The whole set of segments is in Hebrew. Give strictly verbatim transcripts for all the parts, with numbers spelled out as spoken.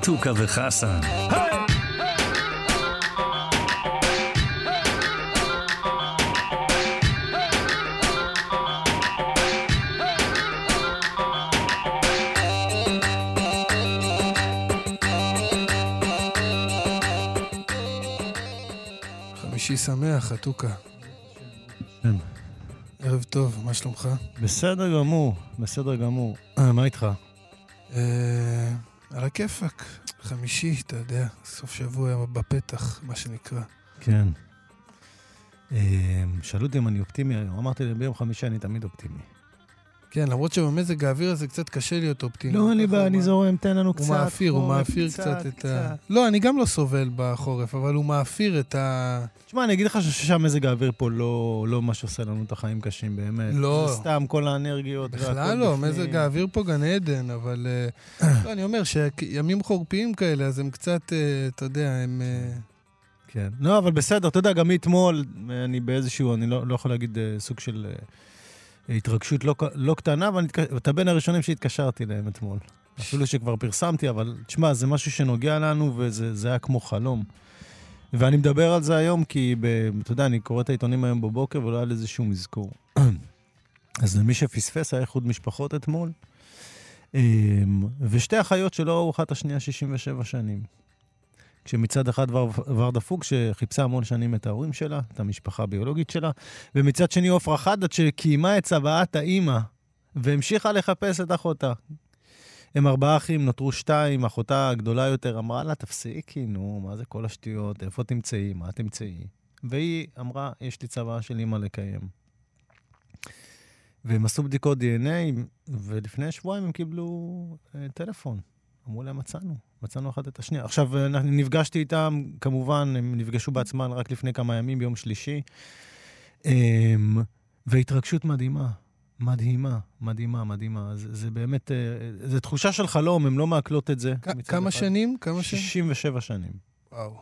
חתוכה וחסן. חמישי שמח, חתוכה. ערב טוב, מה שלומך? בסדר גמור, בסדר גמור. מה איתך? על הכיפק, חמישי, אתה יודע, סוף שבוע בפתח, מה שנקרא. כן. שאלו אותי אם אני אופטימי היום, אמרתי לי ביום חמישי אני תמיד אופטימי. כן, למרות שבמזג האוויר הזה קצת קשה להיות אופטימי. לא, אני בא, אני זורם, תן לנו קצת. הוא מאפיר, הוא מאפיר קצת את ה... לא, אני גם לא סובל בחורף, אבל הוא מאפיר את ה... תשמע, אני אגיד לך שהמזג האוויר פה לא מה שעושה לנו את החיים קשים באמת. לא. זה סתם כל האנרגיות. בכלל לא, מזג האוויר פה גן עדן, אבל... לא, אני אומר שימים חורפיים כאלה, אז הם קצת, אתה יודע, הם... כן. לא, אבל בסדר, אתה יודע, גם אתמול, אני באיזשהו, אני לא יכול להגיד סוג של... התרגשות לא, לא קטנה, אבל אתה בין הראשונים שהתקשרתי להם אתמול. אפילו שכבר פרסמתי, אבל תשמע, זה משהו שנוגע לנו, וזה זה היה כמו חלום. ואני מדבר על זה היום, כי ב, אתה יודע, אני קורא את העיתונים היום בבוקר, ולא היה לזה שום מזכור. אז למי שפספס, היה איחוד משפחות אתמול, ושתי אחיות שלא ראו אחת השנייה שישים ושבע שנים. כשמצד אחד ורדה פוג, שחיפשה המון שנים את ההורים שלה, את המשפחה הביולוגית שלה, ומצד שני עופרה חדד, שקיימה את צוואת האימא, והמשיכה לחפש את אחותה. הם ארבעה אחים, נותרו שתיים, אחותה הגדולה יותר אמרה לה, תפסיקי, נו, מה זה כל השטויות, איפה תמצאי, מה תמצאי? והיא אמרה, יש לי צוואה של אימא לקיים. והם עשו בדיקות די אן איי, ולפני שבועיים הם קיבלו אה, טלפון. אמרו להם, מצאנו, מצאנו אחת את השנייה. עכשיו, נפגשתי איתם, כמובן, הם נפגשו בעצמם רק לפני כמה ימים, ביום שלישי, והתרגשות מדהימה, מדהימה, מדהימה, מדהימה. זה, זה באמת, זה תחושה של חלום, הם לא מעכלות את זה. כמה שנים? כמה שנים? שישים ושבע שנים. וואו.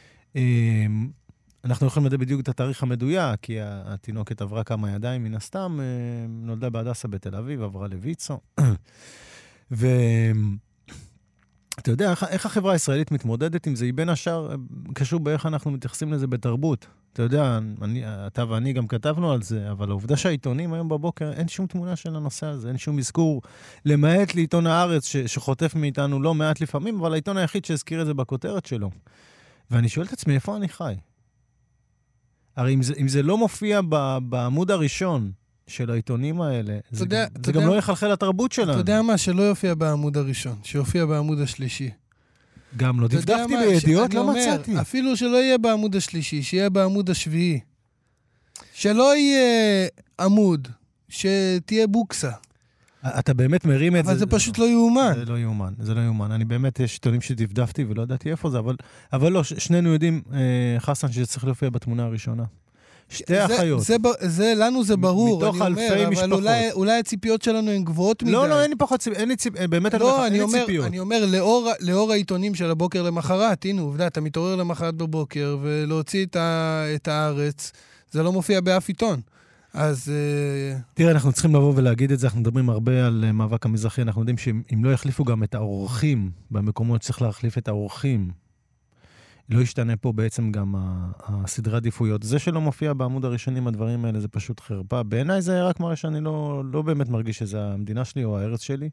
אנחנו יכולים לדעת בדיוק את התאריך המדויק, כי התינוקת עברה כמה ידיים, מן הסתם, נולדה בהדסה בתל אביב, עברה לויצו. ו... אתה יודע, איך, איך החברה הישראלית מתמודדת עם זה? היא בין השאר קשור באיך אנחנו מתייחסים לזה בתרבות. אתה יודע, אני, אתה ואני גם כתבנו על זה, אבל העובדה שהעיתונים היום בבוקר, אין שום תמונה של הנושא הזה, אין שום מזכור, למעט לעיתון הארץ ש, שחוטף מאיתנו לא מעט לפעמים, אבל העיתון היחיד שהזכיר את זה בכותרת שלו. ואני שואל את עצמי, איפה אני חי? הרי אם זה, אם זה לא מופיע ב, בעמוד הראשון, של העיתונים האלה, זה, יודע, גם, זה גם לא יחלחל לתרבות שלנו. אתה יודע מה? שלא יופיע בעמוד הראשון, שיופיע בעמוד השלישי. גם לא דפדפתי בידיעות, לא מצאתי. אפילו שלא יהיה בעמוד השלישי, שיהיה בעמוד השביעי. שלא יהיה עמוד, שתהיה בוקסה. אתה באמת מרים את זה. אבל זה פשוט לא יאומן. זה לא יאומן, זה לא יאומן. אני באמת, יש עיתונים שדפדפתי ולא ידעתי איפה זה, אבל, אבל לא, שנינו יודעים, חסן, שזה צריך להופיע בתמונה הראשונה. שתי אחיות. זה, זה, זה, לנו זה ברור, מתוך אלפי אומר, משפחות. אבל אולי, אולי הציפיות שלנו הן גבוהות מדי. לא, לא, אין לי פחות ציפיות, אין לי ציפיות, באמת לא, אין לי אומר, ציפיות. אני אומר, לאור, לאור העיתונים של הבוקר למחרת, הנה, עובדה, אתה מתעורר למחרת בבוקר, ולהוציא את, ה, את הארץ, זה לא מופיע באף עיתון. אז... תראה, אנחנו צריכים לבוא ולהגיד את זה, אנחנו מדברים הרבה על מאבק המזרחי, אנחנו יודעים שאם לא יחליפו גם את האורחים, במקומות שצריך להחליף את האורחים, לא ישתנה פה בעצם גם הסדרי עדיפויות. זה שלא מופיע בעמוד הראשונים, הדברים האלה, זה פשוט חרפה. בעיניי זה רק מראה שאני לא, לא באמת מרגיש שזה המדינה שלי או הארץ שלי.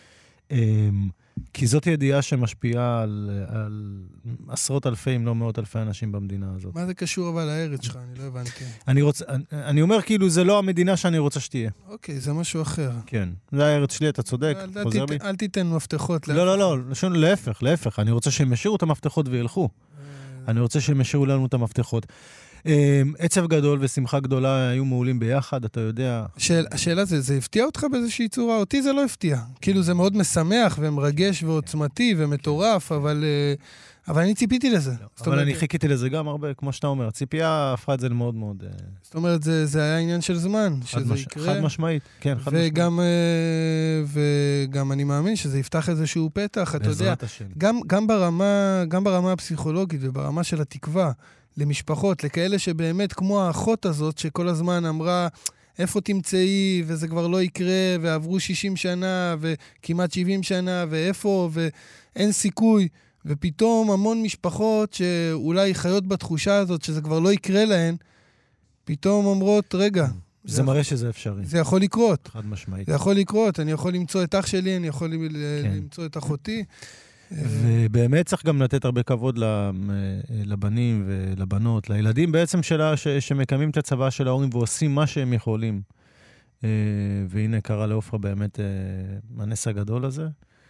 כי זאת ידיעה שמשפיעה על, על עשרות אלפי, אם לא מאות אלפי אנשים במדינה הזאת. מה זה קשור אבל לארץ שלך? אני לא הבנתי. אני רוצה, אני, אני אומר כאילו, זה לא המדינה שאני רוצה שתהיה. אוקיי, זה משהו אחר. כן, זה הארץ שלי, אתה צודק. אל, חוזר אל, בי. אל תיתן מפתחות. לא, לא, לא, לא, להפך, להפך. אני רוצה שהם ישאירו את המפתחות וילכו. אני רוצה שהם ישאירו לנו את המפתחות. עצב גדול ושמחה גדולה היו מעולים ביחד, אתה יודע. השאלה זה, זה הפתיע אותך באיזושהי צורה? אותי זה לא הפתיע. כאילו זה מאוד משמח ומרגש ועוצמתי ומטורף, אבל, אבל אני ציפיתי לזה. אבל אני חיכיתי לזה גם הרבה, כמו שאתה אומר. הציפייה הפכה את זה למאוד מאוד... זאת אומרת, זה, זה היה עניין של זמן, שזה יקרה. חד משמעית, כן, חד וגם, משמעית. וגם אני מאמין שזה יפתח איזשהו פתח, אתה יודע. גם, גם ברמה, גם ברמה הפסיכולוגית וברמה של התקווה, למשפחות, לכאלה שבאמת כמו האחות הזאת, שכל הזמן אמרה, איפה תמצאי, וזה כבר לא יקרה, ועברו שישים שנה, וכמעט שבעים שנה, ואיפה, ואין סיכוי. ופתאום המון משפחות שאולי חיות בתחושה הזאת, שזה כבר לא יקרה להן, פתאום אומרות, רגע, זה, זה מראה שזה אפשרי. זה יכול לקרות. חד משמעית. זה יכול לקרות, אני יכול למצוא את אח שלי, אני יכול כן. למצוא את אחותי. ובאמת צריך גם לתת הרבה כבוד לבנים ולבנות, לילדים בעצם שלה, ש, שמקיימים את הצבא של ההורים ועושים מה שהם יכולים. והנה קרה לעופרה באמת הנס הגדול הזה.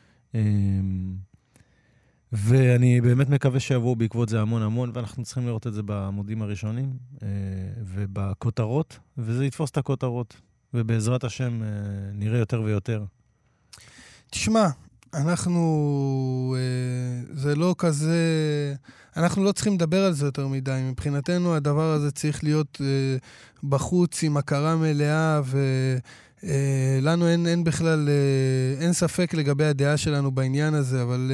ואני באמת מקווה שיבואו בעקבות זה המון המון, ואנחנו צריכים לראות את זה בעמודים הראשונים ובכותרות, וזה יתפוס את הכותרות, ובעזרת השם נראה יותר ויותר. תשמע, אנחנו, זה לא כזה, אנחנו לא צריכים לדבר על זה יותר מדי. מבחינתנו הדבר הזה צריך להיות בחוץ עם הכרה מלאה, ולנו אין, אין בכלל, אין ספק לגבי הדעה שלנו בעניין הזה, אבל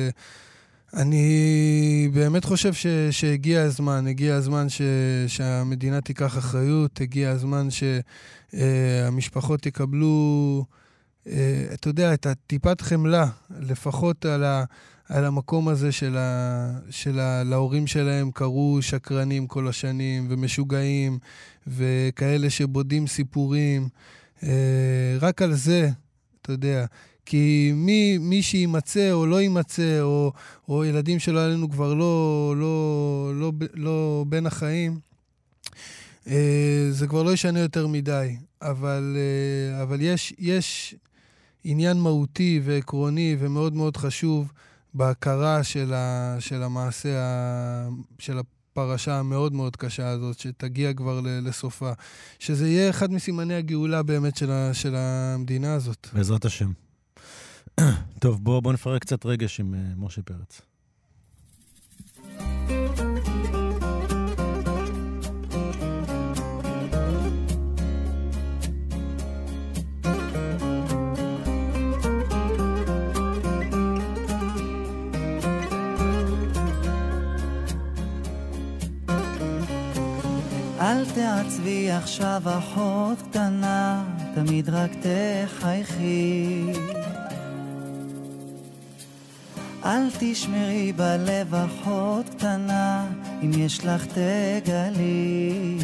אני באמת חושב ש, שהגיע הזמן, הגיע הזמן ש, שהמדינה תיקח אחריות, הגיע הזמן שהמשפחות יקבלו, אתה יודע, את הטיפת חמלה, לפחות על, ה, על המקום הזה של, ה, של ה, להורים שלהם קראו שקרנים כל השנים, ומשוגעים, וכאלה שבודים סיפורים. רק על זה, אתה יודע, כי מי, מי שימצא או לא יימצא, או, או ילדים שלא עלינו כבר לא, לא, לא, לא, לא בין החיים, זה כבר לא ישנה יותר מדי. אבל, אבל יש, יש עניין מהותי ועקרוני ומאוד מאוד חשוב בהכרה של, ה, של המעשה, ה, של הפרשה המאוד מאוד קשה הזאת, שתגיע כבר לסופה. שזה יהיה אחד מסימני הגאולה באמת של, ה, של המדינה הזאת. בעזרת השם. טוב, בוא, בוא נפרק קצת רגש עם uh, משה פרץ. אל תעצבי עכשיו אחות קטנה, תמיד רק תחייכי. אל תשמרי בלב אחות קטנה, אם יש לך תגלי.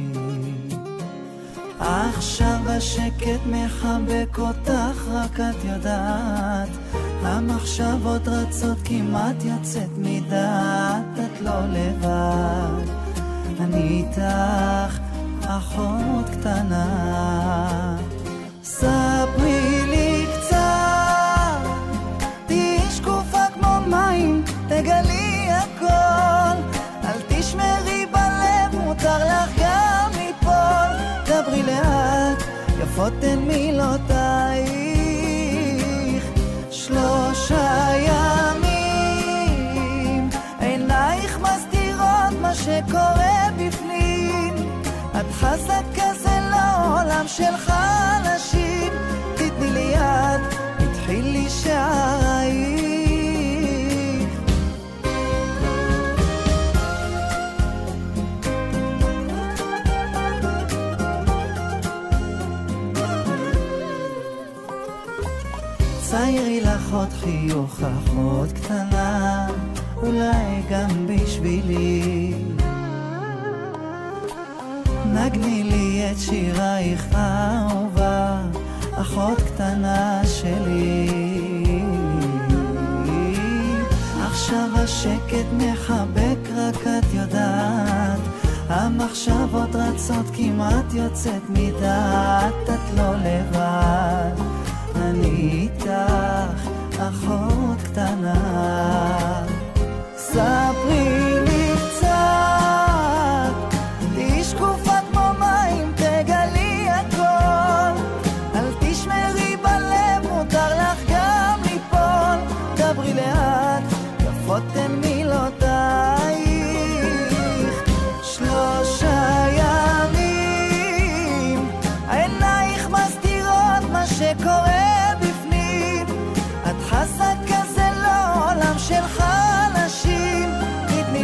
עכשיו השקט מחבק אותך, רק את יודעת, המחשבות רצות כמעט יוצאת מדעת, את לא לבד, אני איתך אחות קטנה. ספרי לי קצת, תהי שקופה כמו מים, תגלי הכל, אל תשמרי בלב, מותר לך גם ליפול. דברי לאט, יפות הן מילותייך, שלושה ימים עינייך מסתירות מה שקורה בפנים, את חזקה זה לא עולם של חלשים, תתני לי יד, התחיל לי שערייך. ציירי לך עוד חיוך אחות קטנה, אולי גם בשבילי, נגני לי את שירייך אהובה, אחות קטנה שלי. עכשיו השקט מחבק, רק את יודעת, המחשבות רצות כמעט יוצאת מדעת, את לא לבד, אני איתך אחות קטנה. ספרי לי קצת, תהי שקופה כמו מים, תגלי הכל, אל תשמרי בלב, מותר לך גם ליפול. דברי לאט, יפות הן מילותייך, שלושה ימים עינייך מסתירות מה שקורה בפנים, את חזקה זה לא עולם של חלשים, תתני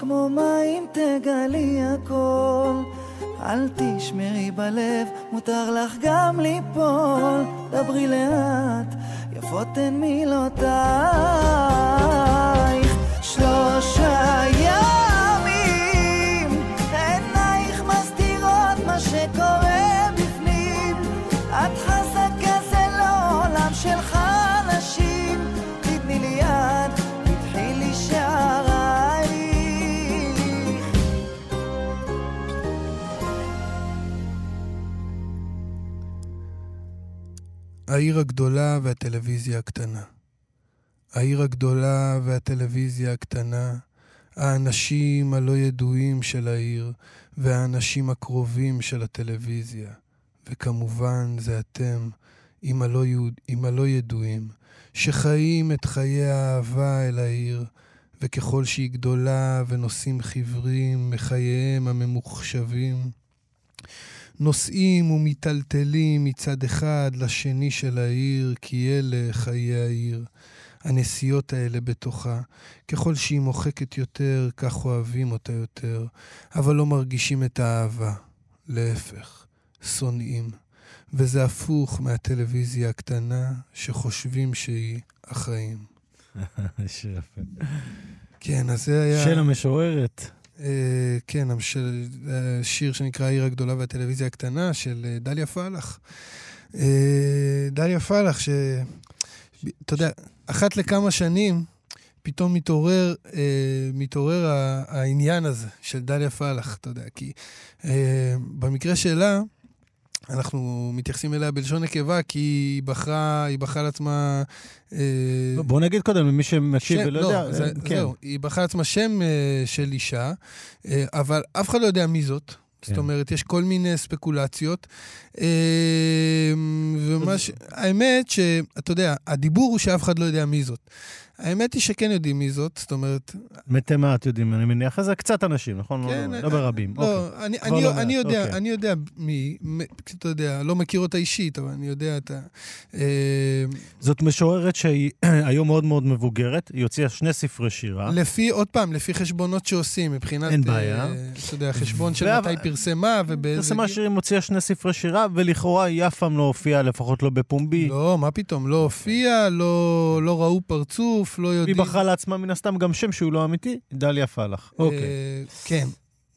כמו מים תגלי הכל, אל תשמרי בלב, מותר לך גם ליפול, דברי לאט, יפות הן מילותייך. שלושה ימים, עינייך מסתירות מה שקורה בפנים, את חזקה זה לא עולם של חלשים, תתני לי יד, תתחי לי שערייך. העיר הגדולה והטלוויזיה הקטנה. העיר הגדולה והטלוויזיה הקטנה, האנשים הלא ידועים של העיר, והאנשים הקרובים של הטלוויזיה. וכמובן זה אתם, עם הלא, יוד... עם הלא ידועים, שחיים את חיי האהבה אל העיר, וככל שהיא גדולה ונושאים חיוורים מחייהם הממוחשבים, נוסעים ומטלטלים מצד אחד לשני של העיר, כי אלה חיי העיר. הנסיעות האלה בתוכה, ככל שהיא מוחקת יותר, כך אוהבים אותה יותר, אבל לא מרגישים את האהבה. להפך, שונאים. וזה הפוך מהטלוויזיה הקטנה, שחושבים שהיא החיים. שיפה. כן, אז זה היה... של המשוררת. כן, שיר שנקרא העיר הגדולה והטלוויזיה הקטנה, של דליה פלח. דליה פלח, ש... אתה יודע, אחת לכמה שנים, פתאום מתעורר, מתעורר העניין הזה של דליה פלח, אתה יודע, כי במקרה שלה, אנחנו מתייחסים אליה בלשון נקבה, כי היא בחרה, היא בחרה לעצמה... בוא נגיד קודם, למי שמקשיב ולא יודע... לא, זהו, היא בחרה לעצמה שם של אישה, אבל אף אחד לא יודע מי זאת. זאת אומרת, יש כל מיני ספקולציות. האמת שאתה יודע, הדיבור הוא שאף אחד לא יודע מי זאת. האמת היא שכן יודעים מי זאת, זאת אומרת... מתי מעט יודעים, אני מניח, זה קצת אנשים, נכון? לא ברבים. לא, אני יודע מי, אתה יודע, לא מכיר אותה אישית, אבל אני יודע את ה... זאת משוררת שהיא היום מאוד מאוד מבוגרת, היא הוציאה שני ספרי שירה. לפי, עוד פעם, לפי חשבונות שעושים, מבחינת... אין בעיה. אתה יודע, חשבון של מתי פרסמה ובאיזה... פרסמה שירים, הוציאה שני ספרי שירה, ולכאורה היא אף פעם לא הופיעה, לפחות לא בפומבי. לא, מה פתאום, לא הופיעה, לא ראו פרצוף, לא יודעים... היא בחרה לעצמה מן הסתם גם שם שהוא לא אמיתי, דליה פלח. אוקיי. כן.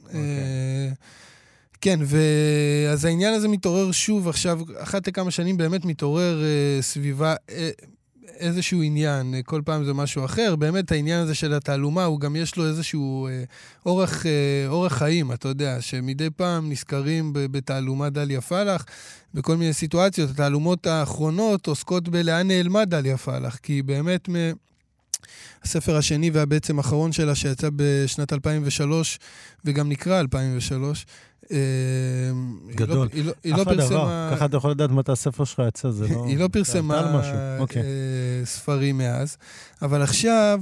כן, ואז העניין הזה מתעורר שוב עכשיו, אחת לכמה שנים באמת מתעורר סביבה איזשהו עניין, כל פעם זה משהו אחר, באמת העניין הזה של התעלומה, הוא גם יש לו איזשהו אורח, אורח חיים, אתה יודע, שמדי פעם נזכרים בתעלומה דליה פלח, בכל מיני סיטואציות, התעלומות האחרונות עוסקות בלאן נעלמה דליה פלח, כי באמת... הספר השני והבעצם האחרון שלה שיצא בשנת אלפיים ושלוש וגם נקרא אלפיים ושלוש. גדול. היא לא פרסמה... ככה אתה יכול לדעת מתי הספר שלך יצא, זה לא... היא לא פרסמה ספרים מאז, אבל עכשיו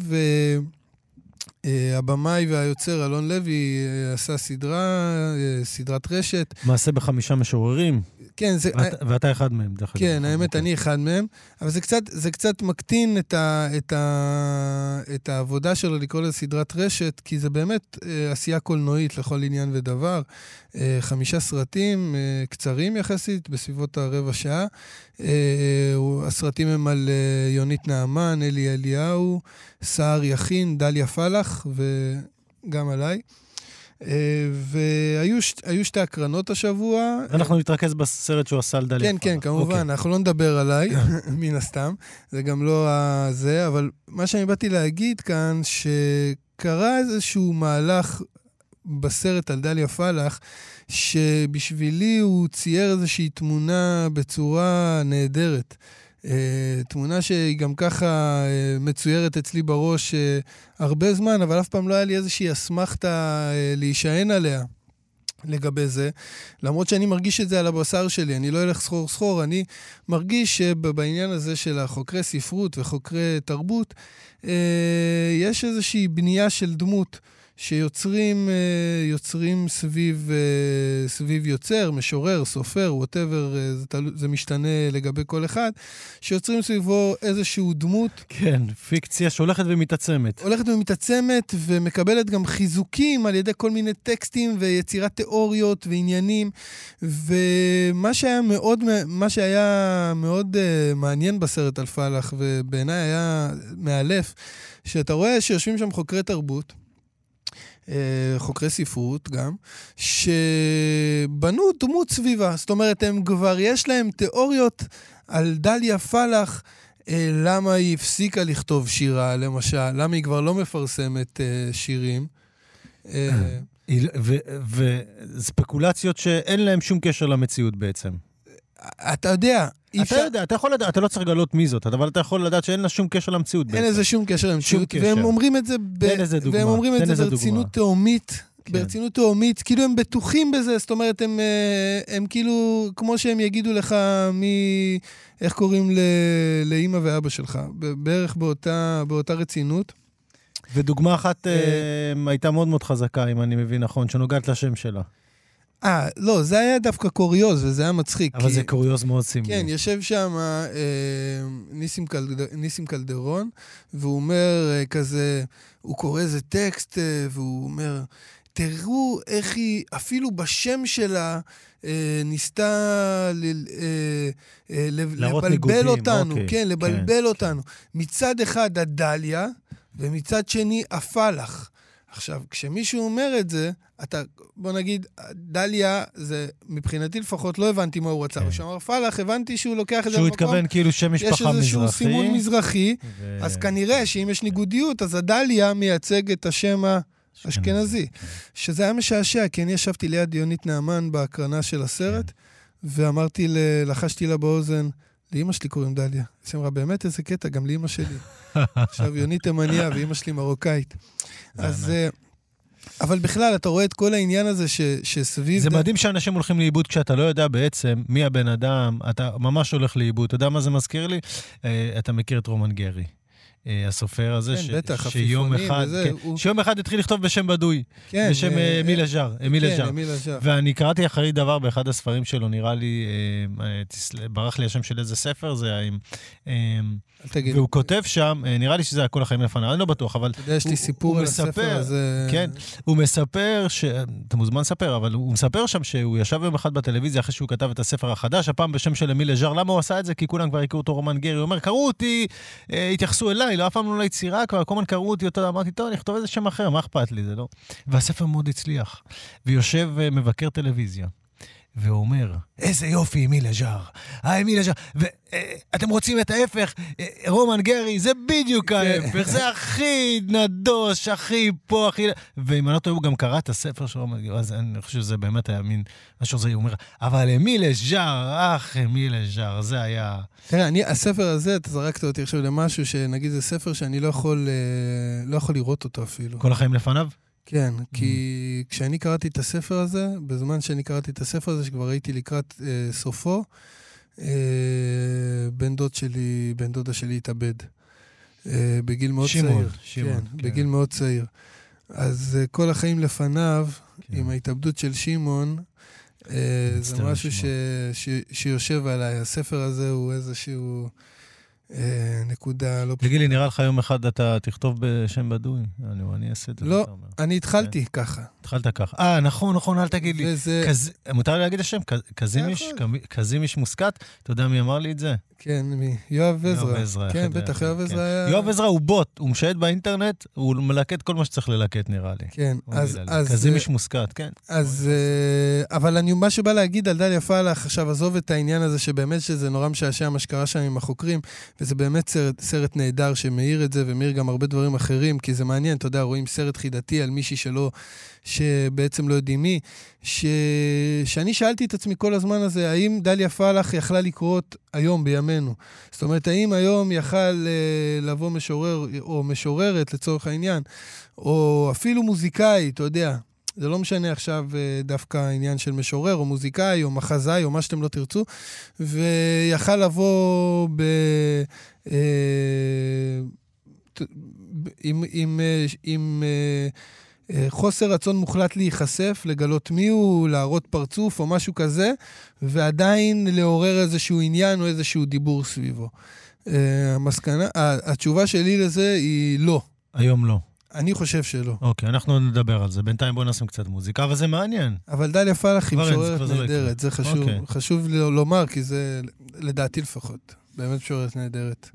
הבמאי והיוצר אלון לוי עשה סדרה, סדרת רשת. מעשה בחמישה משוררים. כן, זה... ואתה אחד מהם. כן, האמת, אני אחד מהם, אבל זה קצת, זה קצת מקטין את ה, את ה, את העבודה שלו לקרוא לסדרת רשת, כי זה באמת עשייה קולנועית לכל עניין ודבר. חמישה סרטים קצרים יחסית, בסביבות הרבע שעה. הסרטים הם על יונית נעמן, אלי אליהו, סער יכין, דליה פלח, וגם עליי. והיו שתי הקרנות השבוע. אנחנו נתרכז בסרט שהוא עשה על דליה פלח. כן, כן, כמובן, אנחנו לא נדבר עליי, מן הסתם, זה גם לא זה, אבל מה שאני באתי להגיד כאן, שקרה איזשהו מהלך בסרט על דליה פלח, שבשבילי הוא צייר איזושהי תמונה בצורה נהדרת. תמונה שהיא גם ככה מצוירת אצלי בראש הרבה זמן, אבל אף פעם לא היה לי איזושהי אסמכתה להישען עליה לגבי זה, למרות שאני מרגיש את זה על הבשר שלי, אני לא אלך סחור סחור, אני מרגיש שבעניין הזה של החוקרי ספרות וחוקרי תרבות, יש איזושהי בנייה של דמות, שיוצרים יוצרים סביב, סביב יוצר, משורר, סופר, whatever, זה, תל... זה משתנה לגבי כל אחד, שיוצרים סביבו איזשהו דמות. כן, פיקציה שהולכת ומתעצמת. הולכת ומתעצמת ומקבלת גם חיזוקים על ידי כל מיני טקסטים ויצירת תיאוריות ועניינים, ומה שהיה מאוד, מה שהיה מאוד uh, מעניין בסרט על פלח, ובעיניי היה מאלף, שאתה רואה שיושבים שם חוקרי תרבות, חוקרי ספרות גם, שבנו דמות סביבה. זאת אומרת, הם כבר יש להם תיאוריות על דליה פלח, למה היא הפסיקה לכתוב שירה, למשל, למה היא כבר לא מפרסמת שירים. וספקולציות שאין להם שום קשר למציאות בעצם. אתה יודע, אתה יודע, אתה יכול לדעת, אתה לא צריך לגלות מי זאת, אבל אתה יכול לדעת שאין לה שום קשר למציאות בעצם. אין לזה שום קשר למציאות, והם אומרים את זה והם אומרים את זה ברצינות תאומית, ברצינות תאומית, כאילו הם בטוחים בזה, זאת אומרת, הם כאילו, כמו שהם יגידו לך מי, איך קוראים לאמא ואבא שלך, בערך באותה רצינות. ודוגמה אחת הייתה מאוד מאוד חזקה, אם אני מבין נכון, שנוגעת לשם שלה. אה, לא, זה היה דווקא קוריוז, וזה היה מצחיק. אבל כי... זה קוריוז מאוד סמלי. כן, יושב שם אה, ניסים, קלד... ניסים קלדרון, והוא אומר אה, כזה, הוא קורא איזה טקסט, אה, והוא אומר, תראו איך היא, אפילו בשם שלה, אה, ניסתה ל... אה, אה, לבלבל ניגודים, אותנו. אוקיי, כן, לבלבל כן, אותנו. כן. מצד אחד הדליה, ומצד שני הפלח. עכשיו, כשמישהו אומר את זה, אתה, בוא נגיד, דליה, זה מבחינתי לפחות לא הבנתי מה הוא רצה. כן. כשאמר פלח, הבנתי שהוא לוקח את זה שהוא התכוון כאילו שם משפחה מזרחי. יש איזשהו סימון מזרחי, ו... אז כנראה שאם יש ניגודיות, אז הדליה מייצג את השם האשכנזי. כן. שזה היה משעשע, כי אני ישבתי ליד יונית נאמן בהקרנה של הסרט, כן. ואמרתי, לחשתי לה באוזן, לאמא שלי קוראים דליה. היא אמרה, באמת איזה קטע, גם לאמא שלי. עכשיו, יונית תימניה ואמא שלי מרוקאית. אז... אבל בכלל, אתה רואה את כל העניין הזה ש, שסביב... זה מדהים שאנשים הולכים לאיבוד כשאתה לא יודע בעצם מי הבן אדם, אתה ממש הולך לאיבוד. אתה יודע מה זה מזכיר לי? אתה מכיר את רומן גרי. הסופר הזה, כן, בטח, שיום אחד, וזה, כן, הוא... שיום אחד התחיל לכתוב בשם בדוי, כן, בשם ו... אמיל אג'ר, אמיל אג'ר. כן, אמיל אג'ר. ואני קראתי אחרי דבר באחד הספרים שלו, נראה לי, ברח לי השם של איזה ספר, זה היה עם... והוא כותב שם, נראה לי שזה היה כל החיים לפניו, אני לא בטוח, אבל... אתה יודע, יש לי סיפור על הספר הזה... כן, הוא מספר, אתה מוזמן לספר, אבל הוא מספר שם שהוא ישב יום אחד בטלוויזיה אחרי שהוא כתב את הספר החדש, הפעם בשם של אמיל אג'ר. למה הוא עשה את זה? כי כולם כבר הכירו אותו רומן גרי. הוא אומר, קראו אותי, התייחסו אליי, לא אף פעם לא ליצירה, כבר כל הזמן קראו אותי אותו, אמרתי, טוב, אני אכתוב איזה שם אחר, מה אכפת לי, זה לא. והספר מאוד הצליח. ויושב מבקר טלוויזיה. והוא אומר, איזה יופי, אמיל אג'ר. אה, אמיל אג'ר. ואתם רוצים את ההפך, רומן גרי, זה בדיוק ההפך. זה הכי נדוש, הכי פה, הכי... ואם אני לא טועה, הוא גם קרא את הספר של רומן גרי, אז אני חושב שזה באמת היה מין משהו זה, הוא אומר, אבל אמיל אג'ר, אך, אמיל אג'ר, זה היה... תראה, אני, הספר הזה, אתה זרקת אותי עכשיו למשהו, שנגיד זה ספר שאני לא יכול, לא יכול לראות אותו אפילו. כל החיים לפניו? כן, כי כשאני קראתי את הספר הזה, בזמן שאני קראתי את הספר הזה, שכבר הייתי לקראת אה, סופו, אה, בן דוד שלי, בן דודה שלי התאבד. אה, בגיל מאוד שימון, צעיר. שימון, כן, כן. בגיל מאוד צעיר. אז אה, כל החיים לפניו, כן. עם ההתאבדות של שימון, אה, זה משהו ש, ש, שיושב עליי. הספר הזה הוא איזשהו... נקודה לא... תגיד לי, נראה לך יום אחד אתה תכתוב בשם בדוי? אני אעשה את זה. לא, אני התחלתי ככה. התחלת ככה. אה, נכון, נכון, אל תגיד לי. מותר לי להגיד השם? קזימיש מוסקת? אתה יודע מי אמר לי את זה? כן, מי? יואב עזרא. כן, בטח, יואב עזרא היה... יואב עזרא הוא בוט, הוא משייט באינטרנט, הוא מלקט כל מה שצריך ללקט, נראה לי. כן, אז... קזימיש מוסקת, כן. אז... אבל אני, מה שבא להגיד על דליה פלח, עכשיו עזוב את העניין הזה, שבאמת שזה נורא משעשע מה שקרה שם עם החוקרים, וזה באמת סרט, סרט נהדר שמאיר את זה, ומאיר גם הרבה דברים אחרים, כי זה מעניין, אתה יודע, רואים סרט חידתי על מישהי שלא, שבעצם לא יודעים מי, ש... שאני שאלתי את עצמי כל הזמן הזה, האם דליה פלח יכלה לקרות היום בימינו? זאת אומרת, האם היום יכל אה, לבוא משורר או משוררת לצורך העניין, או אפילו מוזיקאי, אתה יודע, זה לא משנה עכשיו אה, דווקא העניין של משורר או מוזיקאי או מחזאי או מה שאתם לא תרצו, ויכל לבוא ב... אה, עם... עם, עם, עם חוסר רצון מוחלט להיחשף, לגלות מי הוא, להראות פרצוף או משהו כזה, ועדיין לעורר איזשהו עניין או איזשהו דיבור סביבו. המסקנה, התשובה שלי לזה היא לא. היום לא. אני חושב שלא. אוקיי, אנחנו נדבר על זה. בינתיים בואו נשים קצת מוזיקה, אבל זה מעניין. אבל דליה פלח היא משוררת נהדרת, זה חשוב. חשוב לומר, כי זה לדעתי לפחות. באמת משוררת נהדרת.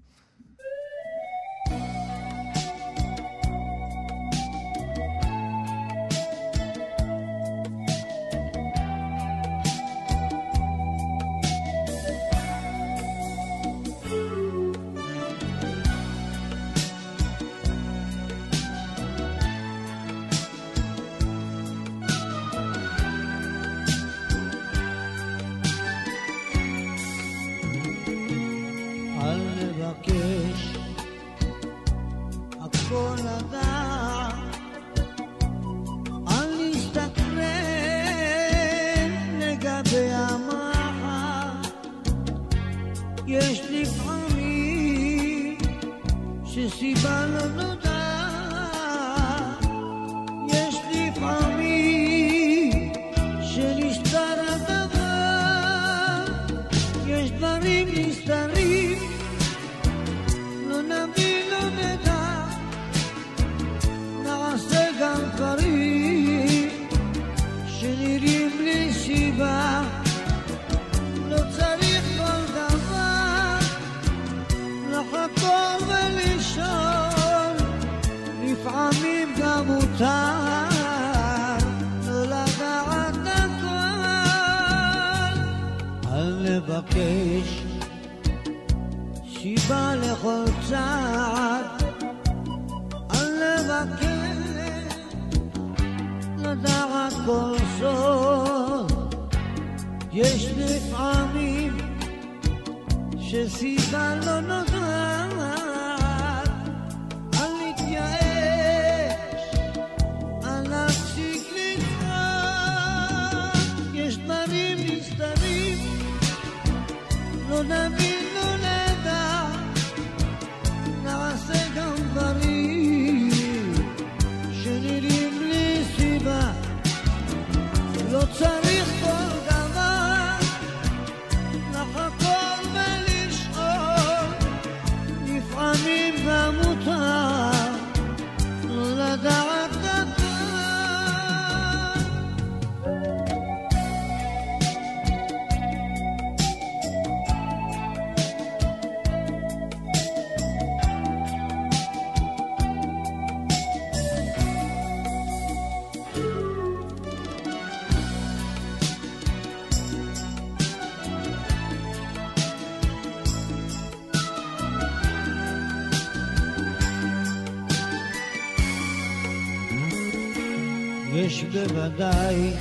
יש בוודאי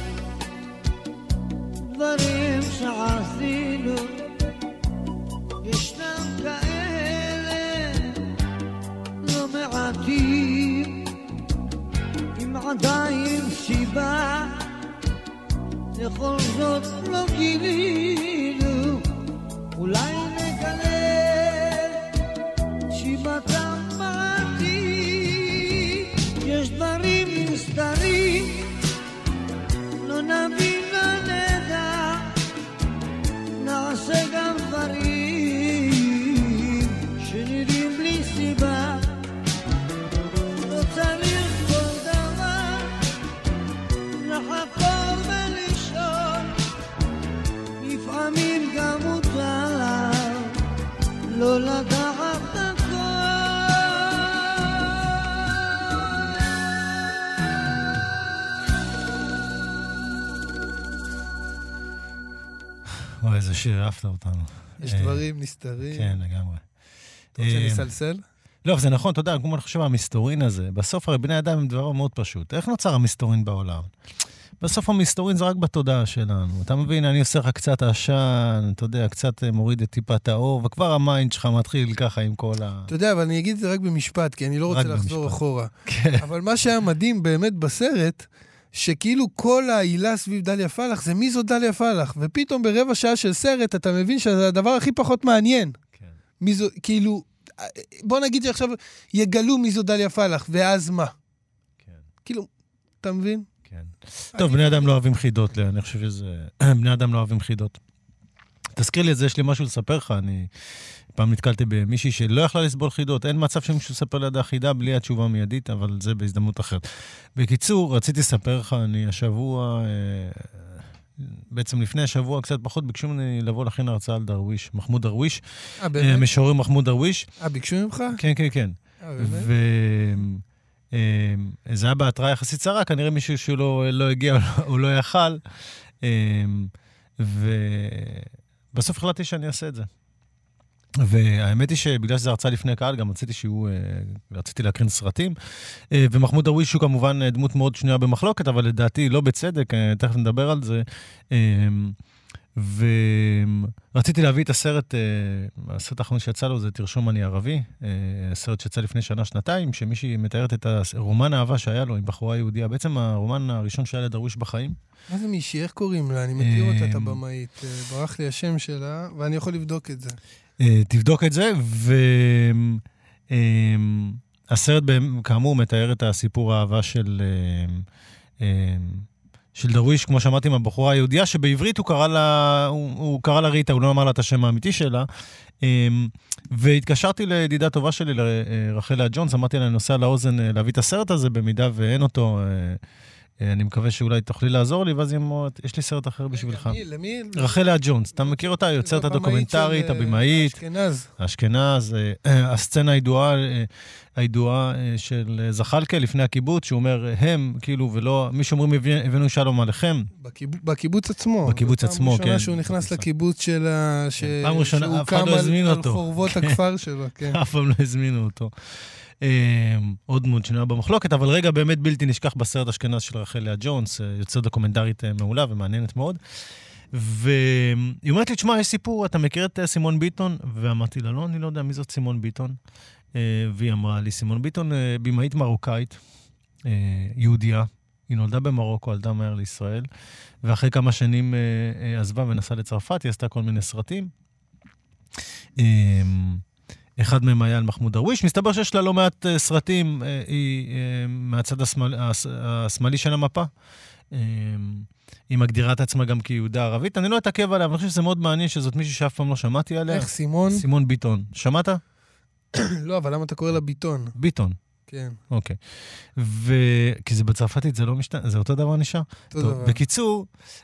דברים שעשינו, ישנם כאלה לא מעטים, אם עדיין סיבה לכל זאת לא גילינו, אולי נגלה שיבתם בעתיד. יש דברים נסתרים, לא נבין, לא נדע, נעשה גם דברים שנראים בלי סיבה. לא צריך כל דבר לחקור ולשאול, לפעמים גם מותר לא לדעת הכל. וואי, איזה שיר, אהבת אותנו. יש דברים נסתרים. כן, לגמרי. אתה רוצה לסלסל? לא, זה נכון, אתה יודע, כמו אני חושב, המסתורין הזה, בסוף הרי בני אדם הם דבר מאוד פשוט. איך נוצר המסתורין בעולם? בסוף המסתורין זה רק בתודעה שלנו. אתה מבין, אני עושה לך קצת עשן, אתה יודע, קצת מוריד את טיפת האור, וכבר המיינד שלך מתחיל ככה עם כל ה... אתה יודע, אבל אני אגיד את זה רק במשפט, כי אני לא רוצה לחזור אחורה. אבל מה שהיה מדהים באמת בסרט, שכאילו כל העילה סביב דליה פלח, זה מי זו דליה פלח, ופתאום ברבע שעה של סרט, אתה מבין שזה הדבר הכי פחות מעניין. מי זו, כאילו, בוא נגיד שעכשיו יגלו מי זו דליה פלח, ואז מה? כאילו, אתה מבין? כן. טוב, בני אדם לא אוהבים חידות, אני חושב שזה... בני אדם לא אוהבים חידות. תזכיר לי את זה, יש לי משהו לספר לך, אני פעם נתקלתי במישהי שלא יכלה לסבול חידות, אין מצב שמישהו לספר לידה חידה בלי התשובה מיידית, אבל זה בהזדמנות אחרת. בקיצור, רציתי לספר לך, אני השבוע, בעצם לפני השבוע, קצת פחות, ביקשו ממני לבוא לכן הרצאה על דרוויש, מחמוד דרוויש, משורר מחמוד דרוויש. אה, ביקשו ממך? כן, כן, כן. אה, באמת? וזה היה בהתראה יחסית צרה, כנראה מישהו שהוא לא הגיע, הוא לא יכל, ובסוף החלטתי שאני אעשה את זה. והאמת היא שבגלל שזה הרצאה לפני קהל, גם רציתי שהוא, רציתי להקרין סרטים, ומחמוד דרוויש הוא כמובן דמות מאוד שנויה במחלוקת, אבל לדעתי לא בצדק, תכף נדבר על זה, ורציתי להביא את הסרט, הסרט האחרון שיצא לו זה תרשום אני ערבי, סרט שיצא לפני שנה, שנתיים, שמישהי מתארת את הרומן האהבה שהיה לו עם בחורה יהודיה, בעצם הרומן הראשון שהיה לדרוויש בחיים. מה זה מישהי? איך קוראים לה? אני מכיר אותה, את הבמאית. ברח לי השם שלה, ואני יכול לבדוק את זה. תבדוק את זה, והסרט כאמור מתאר את הסיפור האהבה של... של דרוויש, כמו שאמרתי, עם הבחורה היהודיה, שבעברית הוא קרא לה, הוא, הוא קרא לה ריטה, הוא לא אמר לה את השם האמיתי שלה, והתקשרתי לידידה טובה שלי, לרחלה ג'ונס, אמרתי לה, נוסע לאוזן להביא את הסרט הזה, במידה ואין אותו, אני מקווה שאולי תוכלי לעזור לי, ואז היא אומרת, יש לי סרט אחר בשבילך. למי? רחלה ג'ונס, אתה מכיר אותה? יוצרת הדוקומנטרית, הבמאית. האשכנז. האשכנז, הסצנה הידועה, הידועה של זחלקה לפני הקיבוץ, שהוא אומר, הם, כאילו, ולא, מי שאומרים, הבאנו שלום עליכם. בקיבוץ עצמו. בקיבוץ עצמו, כן. פעם ראשונה שהוא נכנס לקיבוץ שלה, פעם ראשונה, אף אחד לא הזמין אותו. על חורבות הכפר שלו, כן. אף פעם לא הזמינו אותו. עוד דמות שנויה במחלוקת, אבל רגע באמת בלתי נשכח בסרט אשכנז של רחלה ג'ונס, יוצרת דוקומנטרית מעולה ומעניינת מאוד. והיא אומרת לי, תשמע, יש סיפור, אתה מכיר את סימון ביטון? ואמרתי לה, לא, אני לא יודע מי זאת סימון ביטון. והיא אמרה לי, סימון ביטון, במאית מרוקאית, יהודיה, היא נולדה במרוקו, עלתה מהר לישראל, ואחרי כמה שנים עזבה ונסעה לצרפת, היא עשתה כל מיני סרטים. אחד מהם היה על מחמוד דרוויש. מסתבר שיש לה לא מעט סרטים, היא מהצד השמאלי של המפה. היא מגדירה את עצמה גם כיהודה ערבית. אני לא אתעכב עליה, אבל אני חושב שזה מאוד מעניין שזאת מישהי שאף פעם לא שמעתי עליה. איך, סימון? סימון ביטון. שמעת? לא, אבל למה אתה קורא לה ביטון? ביטון. כן. אוקיי. ו... כי זה בצרפתית, זה לא משתנה, זה אותו דבר נשאר. אותו דבר. בקיצור,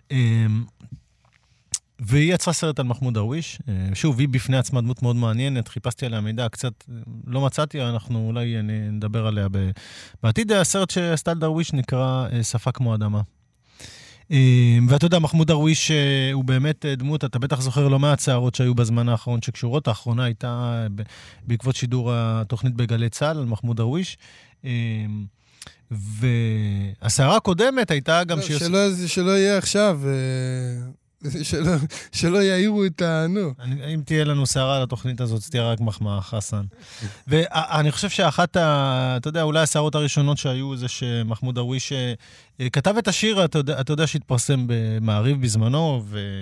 והיא יצרה סרט על מחמוד דרוויש. שוב, היא בפני עצמה דמות מאוד מעניינת. חיפשתי עליה מידע, קצת לא מצאתי, אנחנו אולי נדבר עליה בעתיד. הסרט שעשתה על דרוויש נקרא שפה כמו אדמה. ואתה יודע, מחמוד דרוויש הוא באמת דמות, אתה בטח זוכר לא מעט צערות שהיו בזמן האחרון שקשורות. האחרונה הייתה בעקבות שידור התוכנית בגלי צה"ל על מחמוד דרוויש. והסערה הקודמת הייתה גם... שלא יהיה עכשיו... שלא, שלא יעירו את נו. אם תהיה לנו שערה על התוכנית הזאת, תהיה רק מחמאה, חסן. ואני חושב שאחת, אתה יודע, אולי השערות הראשונות שהיו זה שמחמוד דרוויש כתב את השיר, אתה יודע, אתה יודע שהתפרסם במעריב בזמנו,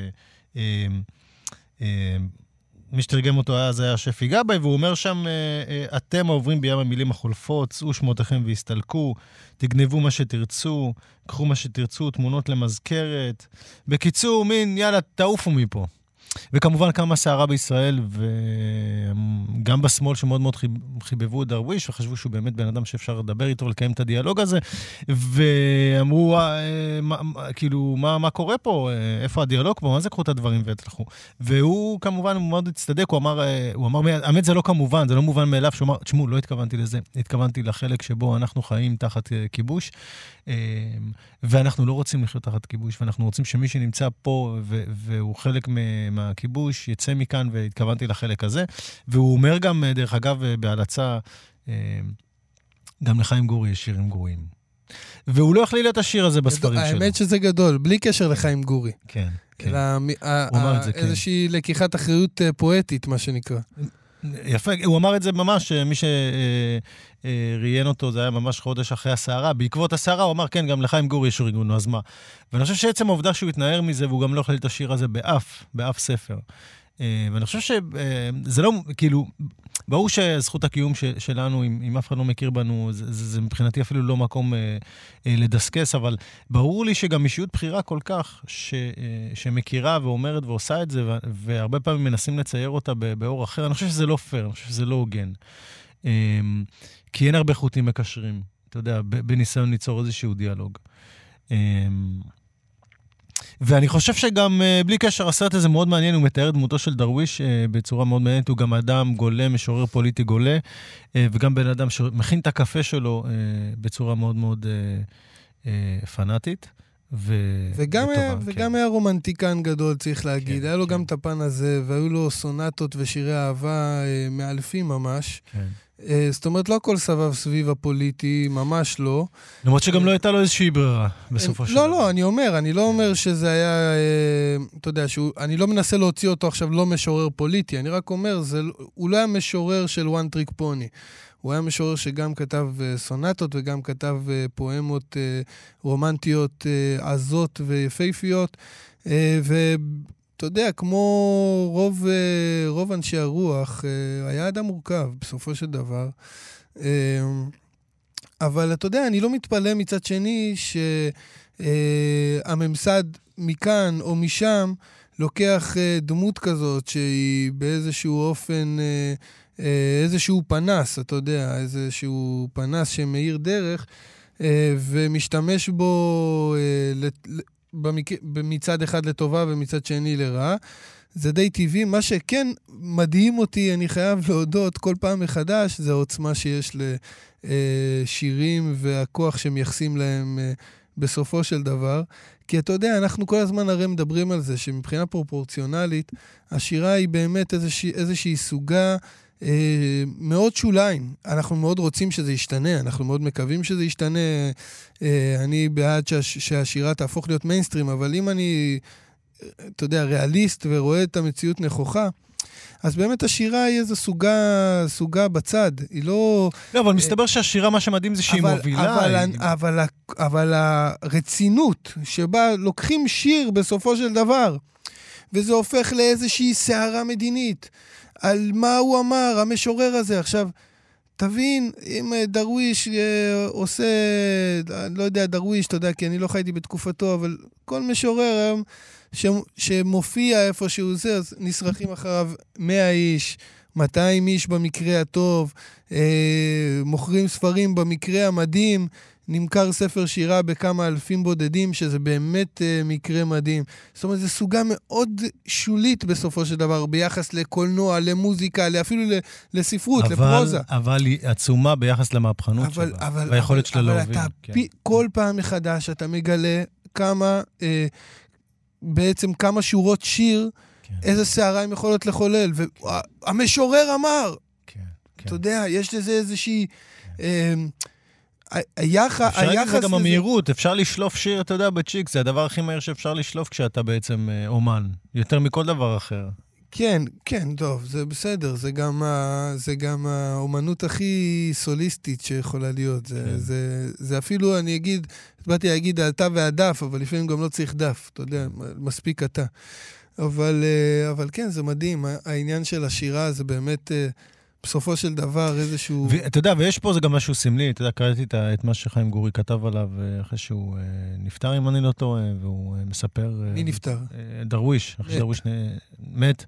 ומי שתרגם אותו היה, זה היה שפי גבאי, והוא אומר שם, אתם העוברים בים המילים החולפות, צאו שמותיכם והסתלקו, תגנבו מה שתרצו, קחו מה שתרצו, תמונות למזכרת. בקיצור, מין, יאללה, תעופו מפה. וכמובן קמה סערה בישראל, וגם בשמאל שמאוד מאוד חיבבו את דרוויש, וחשבו שהוא באמת בן אדם שאפשר לדבר איתו ולקיים את הדיאלוג הזה, ואמרו, כאילו, מה, מה קורה פה? איפה הדיאלוג פה? מה זה קחו את הדברים והתלכו? והוא כמובן מאוד הצטדק, הוא אמר, הוא אמר, האמת זה לא כמובן, זה לא מובן מאליו, שהוא אמר, תשמעו, לא התכוונתי לזה, התכוונתי לחלק שבו אנחנו חיים תחת כיבוש, ואנחנו לא רוצים לחיות תחת כיבוש, ואנחנו רוצים שמי שנמצא פה, והוא חלק מהכיבוש, יצא מכאן, והתכוונתי לחלק הזה. והוא אומר גם, דרך אגב, בהלצה, גם לחיים גורי יש שירים גרועים. והוא לא הכליל את השיר הזה בספרים שלו. האמת שזה גדול, בלי קשר לחיים גורי. כן, כן. הוא אמר את זה, כן. איזושהי לקיחת אחריות פואטית, מה שנקרא. יפה, הוא אמר את זה ממש, מי שראיין אותו, זה היה ממש חודש אחרי הסערה, בעקבות הסערה הוא אמר, כן, גם לחיים גורי יש ריגונו, אז מה? ואני חושב שעצם העובדה שהוא התנער מזה, והוא גם לא הכליל את השיר הזה באף, באף ספר. ואני חושב שזה לא, כאילו, ברור שזכות הקיום ש, שלנו, אם, אם אף אחד לא מכיר בנו, זה, זה, זה מבחינתי אפילו לא מקום אה, אה, לדסקס, אבל ברור לי שגם אישיות בחירה כל כך, ש, אה, שמכירה ואומרת ועושה את זה, ו, והרבה פעמים מנסים לצייר אותה באור אחר, אני חושב שזה לא פייר, אני חושב שזה לא הוגן. אה, כי אין הרבה חוטים מקשרים, אתה יודע, בניסיון ליצור איזשהו דיאלוג. אה, ואני חושב שגם, בלי קשר, הסרט הזה מאוד מעניין, הוא מתאר דמותו של דרוויש בצורה מאוד מעניינת, הוא גם אדם גולה, משורר פוליטי גולה, וגם בן אדם שמכין את הקפה שלו בצורה מאוד מאוד פנאטית. וגם היה, וגם היה רומנטיקן גדול, צריך להגיד. היה לו גם את הפן הזה, והיו לו סונטות ושירי אהבה מאלפים ממש. כן. זאת אומרת, לא הכל סבב סביב הפוליטי, ממש לא. למרות שגם לא הייתה לו איזושהי ברירה בסופו של דבר. לא, לא, אני אומר, אני לא אומר שזה היה, אתה יודע, אני לא מנסה להוציא אותו עכשיו לא משורר פוליטי, אני רק אומר, הוא לא היה משורר של one trick pony. הוא היה משורר שגם כתב סונטות וגם כתב פואמות רומנטיות עזות ויפהפיות, ו... אתה יודע, כמו רוב, רוב אנשי הרוח, היה אדם מורכב בסופו של דבר. אבל אתה יודע, אני לא מתפלא מצד שני שהממסד מכאן או משם לוקח דמות כזאת שהיא באיזשהו אופן, איזשהו פנס, אתה יודע, איזשהו פנס שמאיר דרך, ומשתמש בו מצד אחד לטובה ומצד שני לרעה. זה די טבעי. מה שכן מדהים אותי, אני חייב להודות כל פעם מחדש, זה העוצמה שיש לשירים והכוח שמייחסים להם בסופו של דבר. כי אתה יודע, אנחנו כל הזמן הרי מדברים על זה, שמבחינה פרופורציונלית, השירה היא באמת איזושהי, איזושהי סוגה אה, מאוד שוליים. אנחנו מאוד רוצים שזה ישתנה, אנחנו מאוד מקווים שזה ישתנה. אה, אני בעד שה, שהשירה תהפוך להיות מיינסטרים, אבל אם אני, אתה יודע, ריאליסט ורואה את המציאות נכוחה, אז באמת השירה היא איזו סוגה, סוגה בצד. היא לא... לא, אבל מסתבר שהשירה, מה שמדהים זה שהיא אבל, מובילה. אבל, היא... אבל, אבל, אבל הרצינות שבה לוקחים שיר בסופו של דבר, וזה הופך לאיזושהי סערה מדינית, על מה הוא אמר, המשורר הזה. עכשיו, תבין, אם דרוויש עושה, אני לא יודע, דרוויש, אתה יודע, כי אני לא חייתי בתקופתו, אבל כל משורר ש, שמופיע איפשהו זה, אז נשרכים אחריו מאה איש, מאתיים איש במקרה הטוב, אה, מוכרים ספרים במקרה המדהים, נמכר ספר שירה בכמה אלפים בודדים, שזה באמת אה, מקרה מדהים. זאת אומרת, זו סוגה מאוד שולית בסופו של דבר, ביחס לקולנוע, למוזיקה, אפילו לספרות, אבל, לפרוזה. אבל היא עצומה ביחס למהפכנות אבל, שלה, אבל, והיכולת אבל, שלה אבל להוביל. אתה כן. פי, כל פעם מחדש אתה מגלה כמה, אה, בעצם כמה שורות שיר, כן. איזה שערה הם יכולות לחולל. והמשורר אמר, כן, כן. אתה יודע, יש לזה איזושהי... כן. אה, היחס... אפשר להגיד זה גם המהירות, אפשר לשלוף שיר, אתה יודע, בצ'יק, זה הדבר הכי מהיר שאפשר לשלוף כשאתה בעצם אומן, יותר מכל דבר אחר. כן, כן, טוב, זה בסדר, זה גם, זה גם האומנות הכי סוליסטית שיכולה להיות, זה, כן. זה, זה אפילו, אני אגיד, באתי להגיד אתה והדף, אבל לפעמים גם לא צריך דף, אתה יודע, מספיק אתה. אבל, אבל כן, זה מדהים, העניין של השירה זה באמת... בסופו של דבר איזשהו... ואתה יודע, ויש פה זה גם משהו סמלי, אתה יודע, קראתי את מה שחיים גורי כתב עליו אחרי שהוא נפטר, אם אני לא טועה, והוא מספר... מי נפטר? דרוויש, אחרי שדרוויש מת.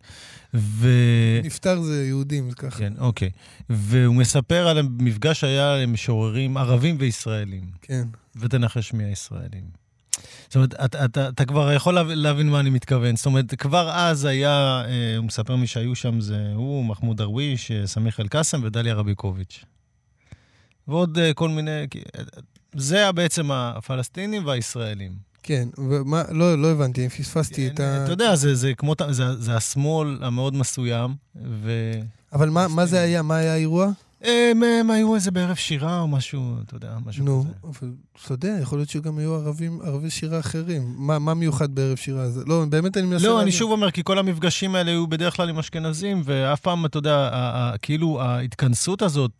נפטר זה יהודים, זה ככה. כן, אוקיי. והוא מספר על המפגש שהיה למשוררים ערבים וישראלים. כן. ותנחש מי הישראלים. זאת אומרת, אתה, אתה, אתה כבר יכול להבין מה אני מתכוון. זאת אומרת, כבר אז היה, הוא מספר מי שהיו שם, זה הוא, מחמוד דרוויש, סמיח אל-קאסם ודליה רביקוביץ'. ועוד כל מיני, זה היה בעצם הפלסטינים והישראלים. כן, ומה, לא, לא הבנתי, פספסתי את ה... אתה יודע, זה, זה כמו, זה, זה השמאל המאוד מסוים, ו... אבל מה, מה זה היה? מה היה האירוע? הם, הם היו איזה בערב שירה או משהו, אתה יודע, משהו נו, כזה. נו, אבל אתה יודע, יכול להיות שגם היו ערבים, ערבי שירה אחרים. מה, מה מיוחד בערב שירה הזה? לא, באמת אני מנסה... לא, אני שוב אומר, כי כל המפגשים האלה היו בדרך כלל עם אשכנזים, ואף פעם, אתה יודע, כאילו ההתכנסות הזאת,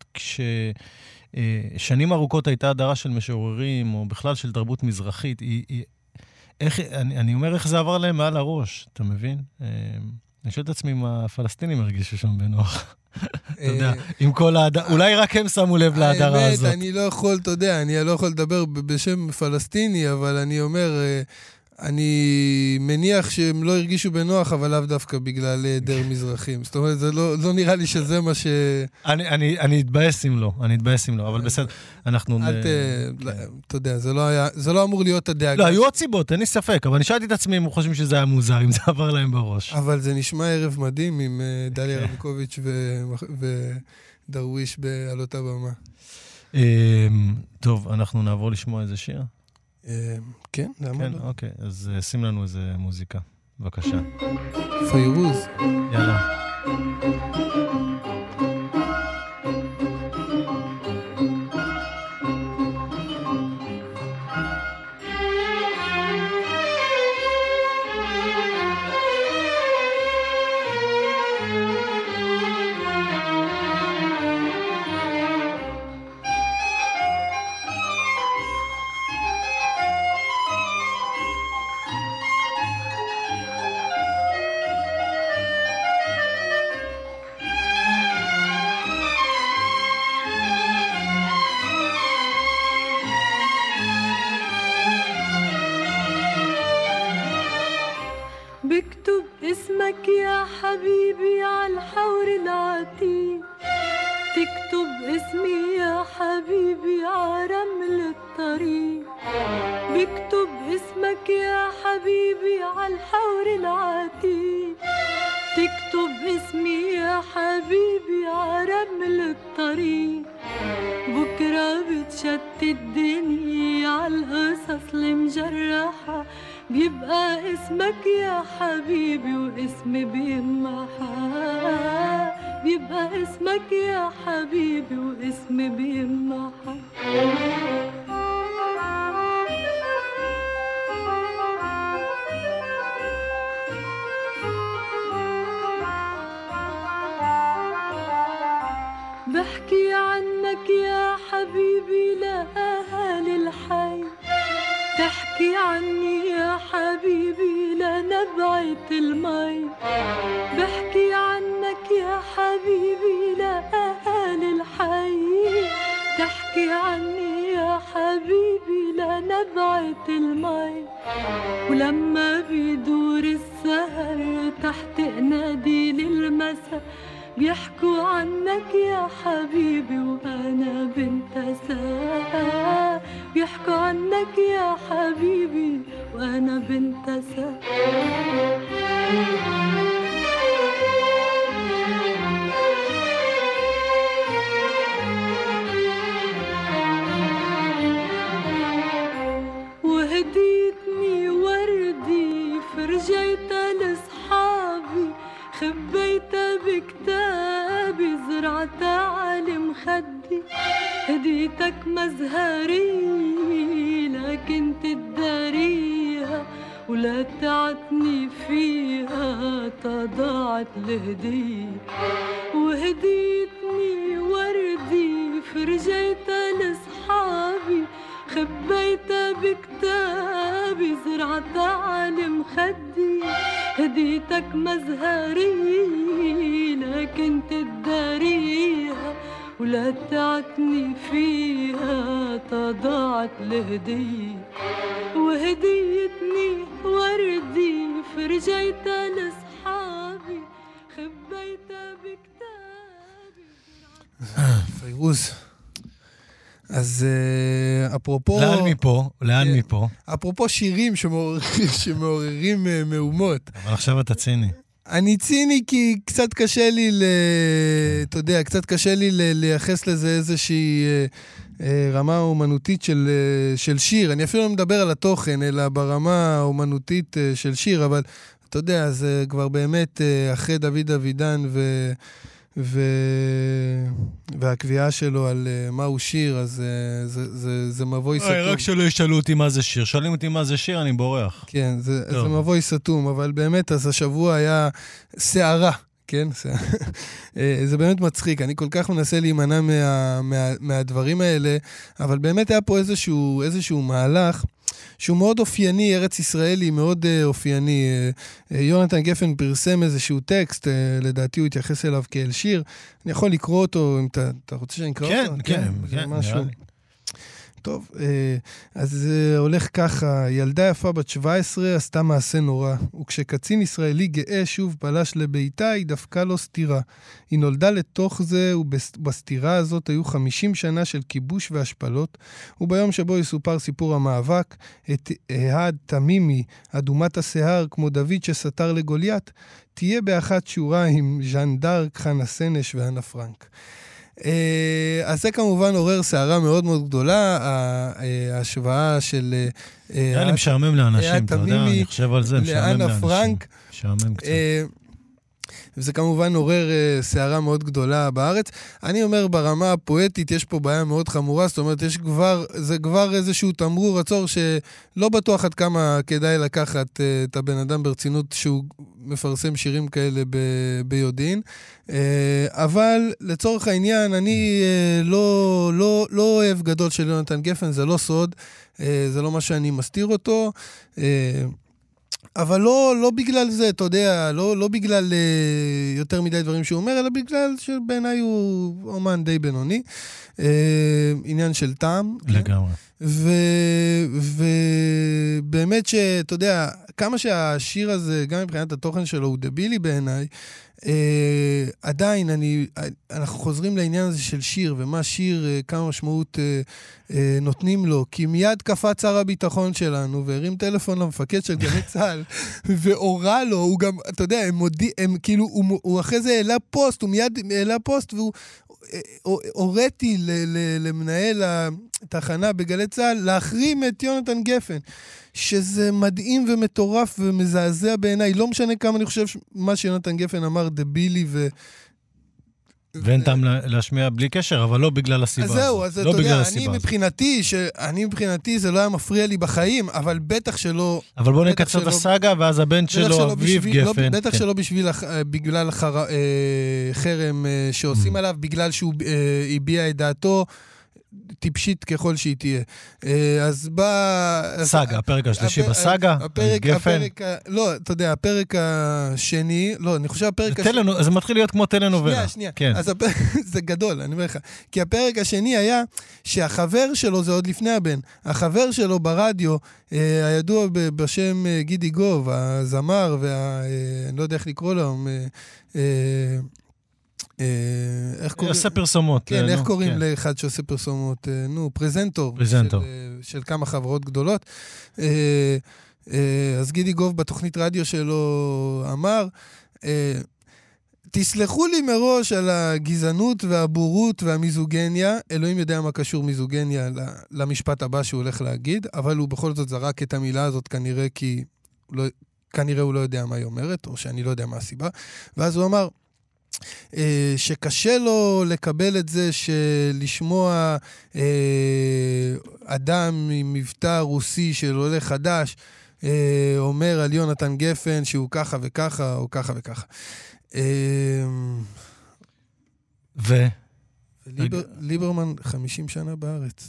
כששנים ארוכות הייתה הדרה של משוררים, או בכלל של תרבות מזרחית, היא, היא, איך, אני, אני אומר איך זה עבר להם מעל הראש, אתה מבין? אני שואל את עצמי אם הפלסטינים הרגישו שם בנוח. אתה יודע, עם כל ההדר, אולי רק הם שמו לב להדרה הזאת. האמת, אני לא יכול, אתה יודע, אני לא יכול לדבר בשם פלסטיני, אבל אני אומר, אני מניח שהם לא הרגישו בנוח, אבל לאו דווקא בגלל היעדר מזרחים. זאת אומרת, זה לא, לא נראה לי שזה מה ש... אני, אני, אני אתבאס אם לא, אני אתבאס אם לא, אבל בסדר, אנחנו... אל ת... אתה יודע, זה לא היה, זה לא אמור להיות הדאגה. לא, היו עוד סיבות, אין לי ספק, אבל אני שאלתי את עצמי אם הם חושבים שזה היה מוזר, אם זה עבר להם בראש. אבל זה נשמע ערב מדהים עם דליה רביקוביץ' ודרוויש על אותה במה. טוב, אנחנו נעבור לשמוע איזה שיר. כן, למה כן, לא? אוקיי, אז שים לנו איזה מוזיקה. בבקשה. פיירוז. יאללה. بكتب اسمك يا حبيبي على الحور العتيق تكتب اسمي يا حبيبي على رمل الطريق بكتب اسمك يا حبيبي على الحور العتيق تكتب اسمي يا حبيبي على رمل الطريق بكرة بتشتت الدنيا على القصص المجرحة بيبقى اسمك يا حبيبي واسمي بيمحى بيبقى اسمك يا حبيبي واسمي بيمحى بحكي عنك يا حبيبي لأهل الحي تحكي عني يا حبيبي لنبعة المي بحكي عنك يا حبيبي لأهل الحي تحكي عني يا حبيبي لنبعة المي ولما بيدور السهر تحت قناديل المساء بيحكوا عنك يا حبيبي وأنا بنت ساعة بيحكوا عنك يا حبيبي وأنا بنت ساعة وهديتني وردي فرجيتها لصحابي خبيتها بكتابي زرعتها على مخدي هديتك مزهري لكن تداريها ولا تعتني فيها تضاعت الهدية وهديتني وردي فرجيتها لصحابي خبيتها بكتابي زرعتها على مخدي هديتك مزهري لكن تداريها ولا تعتني فيها تضاعت الهدية وهديتني وردي فرجيتها لصحابي خبيتها بكتابي פיירוז. אז אפרופו... לאן מפה? לאן מפה? אפרופו שירים שמעוררים מהומות. אבל עכשיו אתה ציני. אני ציני כי קצת קשה לי, אתה יודע, קצת קשה לי לייחס לזה איזושהי רמה אומנותית של, של שיר. אני אפילו לא מדבר על התוכן, אלא ברמה האומנותית של שיר, אבל אתה יודע, זה כבר באמת אחרי דוד אבידן ו... ו... והקביעה שלו על uh, מהו שיר, אז uh, זה, זה, זה מבוי סתום. רק שלא ישאלו אותי מה זה שיר. שואלים אותי מה זה שיר, אני בורח. כן, זה, זה מבוי סתום, אבל באמת, אז השבוע היה שערה, כן? זה באמת מצחיק. אני כל כך מנסה להימנע מה, מה, מהדברים האלה, אבל באמת היה פה איזשהו, איזשהו מהלך שהוא מאוד אופייני, ארץ ישראלי, מאוד uh, אופייני. Uh, uh, יונתן גפן פרסם איזשהו טקסט, uh, לדעתי הוא התייחס אליו כאל שיר. אני יכול לקרוא אותו, אם אתה, אתה רוצה שאני אקרא כן, אותו? כן, כן, כן, משהו. טוב, אז זה הולך ככה, ילדה יפה בת שבע עשרה עשתה מעשה נורא, וכשקצין ישראלי גאה שוב פלש לביתה, היא דווקא לו סתירה. היא נולדה לתוך זה, ובסתירה הזאת היו חמישים שנה של כיבוש והשפלות, וביום שבו יסופר סיפור המאבק, את אהד תמימי, אדומת השיער, כמו דוד שסתר לגוליית, תהיה באחת שורה עם ז'אן דארק, חנה סנש ואנה פרנק. אז זה כמובן עורר שערה מאוד מאוד גדולה, ההשוואה של... היה לי משעמם לאנשים, אתה יודע, אני חושב על זה, משעמם לאנשים. משעמם קצת. וזה כמובן עורר שערה מאוד גדולה בארץ. אני אומר, ברמה הפואטית יש פה בעיה מאוד חמורה, זאת אומרת, יש כבר, זה כבר איזשהו תמרור עצור שלא בטוח עד כמה כדאי לקחת את הבן אדם ברצינות שהוא מפרסם שירים כאלה ב- ביודעין. אבל לצורך העניין, אני לא, לא, לא אוהב גדול של יונתן גפן, זה לא סוד, זה לא מה שאני מסתיר אותו. אבל לא, לא בגלל זה, אתה יודע, לא, לא בגלל uh, יותר מדי דברים שהוא אומר, אלא בגלל שבעיניי הוא אומן די בינוני. Uh, עניין של טעם. לגמרי. ובאמת שאתה יודע, כמה שהשיר הזה, גם מבחינת התוכן שלו, הוא דבילי בעיניי, uh, עדיין אני, אנחנו חוזרים לעניין הזה של שיר, ומה שיר, uh, כמה משמעות uh, uh, נותנים לו, כי מיד קפץ שר הביטחון שלנו, והרים טלפון למפקד של גלי צה"ל, והורה לו, הוא גם, אתה יודע, הם מודי, הם כאילו, הוא, הוא אחרי זה העלה פוסט, הוא מיד העלה פוסט, והוא הוריתי למנהל התחנה בגלי צה"ל להחרים את יונתן גפן, שזה מדהים ומטורף ומזעזע בעיניי. לא משנה כמה אני חושב מה שיונתן גפן אמר דבילי ו... ואין טעם להשמיע בלי קשר, אבל לא בגלל הסיבה. אז זהו, אז אתה יודע, אני מבחינתי, אני מבחינתי זה לא היה מפריע לי בחיים, אבל בטח שלא... אבל בוא נקצר את הסאגה, ואז הבן שלו, אביב גפן. בטח שלא בגלל חרם שעושים עליו, בגלל שהוא הביע את דעתו, טיפשית ככל שהיא תהיה. אז בא... סאגה, הפרק השלישי בסאגה, גפן. לא, אתה יודע, הפרק השני, לא, אני חושב הפרק השני... זה מתחיל להיות כמו טלנובלה. שנייה, שנייה. אז זה גדול, אני אומר לך. כי הפרק השני היה שהחבר שלו, זה עוד לפני הבן, החבר שלו ברדיו, הידוע בשם גידי גוב, הזמר, ואני לא יודע איך לקרוא לו, איך קוראים? עושה פרסומות. כן, איך קוראים לאחד שעושה פרסומות? נו, פרזנטור. פרזנטור. של כמה חברות גדולות. אז גידי גוב בתוכנית רדיו שלו אמר, תסלחו לי מראש על הגזענות והבורות והמיזוגניה, אלוהים יודע מה קשור מיזוגניה למשפט הבא שהוא הולך להגיד, אבל הוא בכל זאת זרק את המילה הזאת כנראה כי כנראה הוא לא יודע מה היא אומרת, או שאני לא יודע מה הסיבה. ואז הוא אמר, שקשה לו לקבל את זה שלשמוע אדם עם מבטא רוסי של עולה חדש אומר על יונתן גפן שהוא ככה וככה או ככה וככה. ו? ליברמן חמישים שנה בארץ.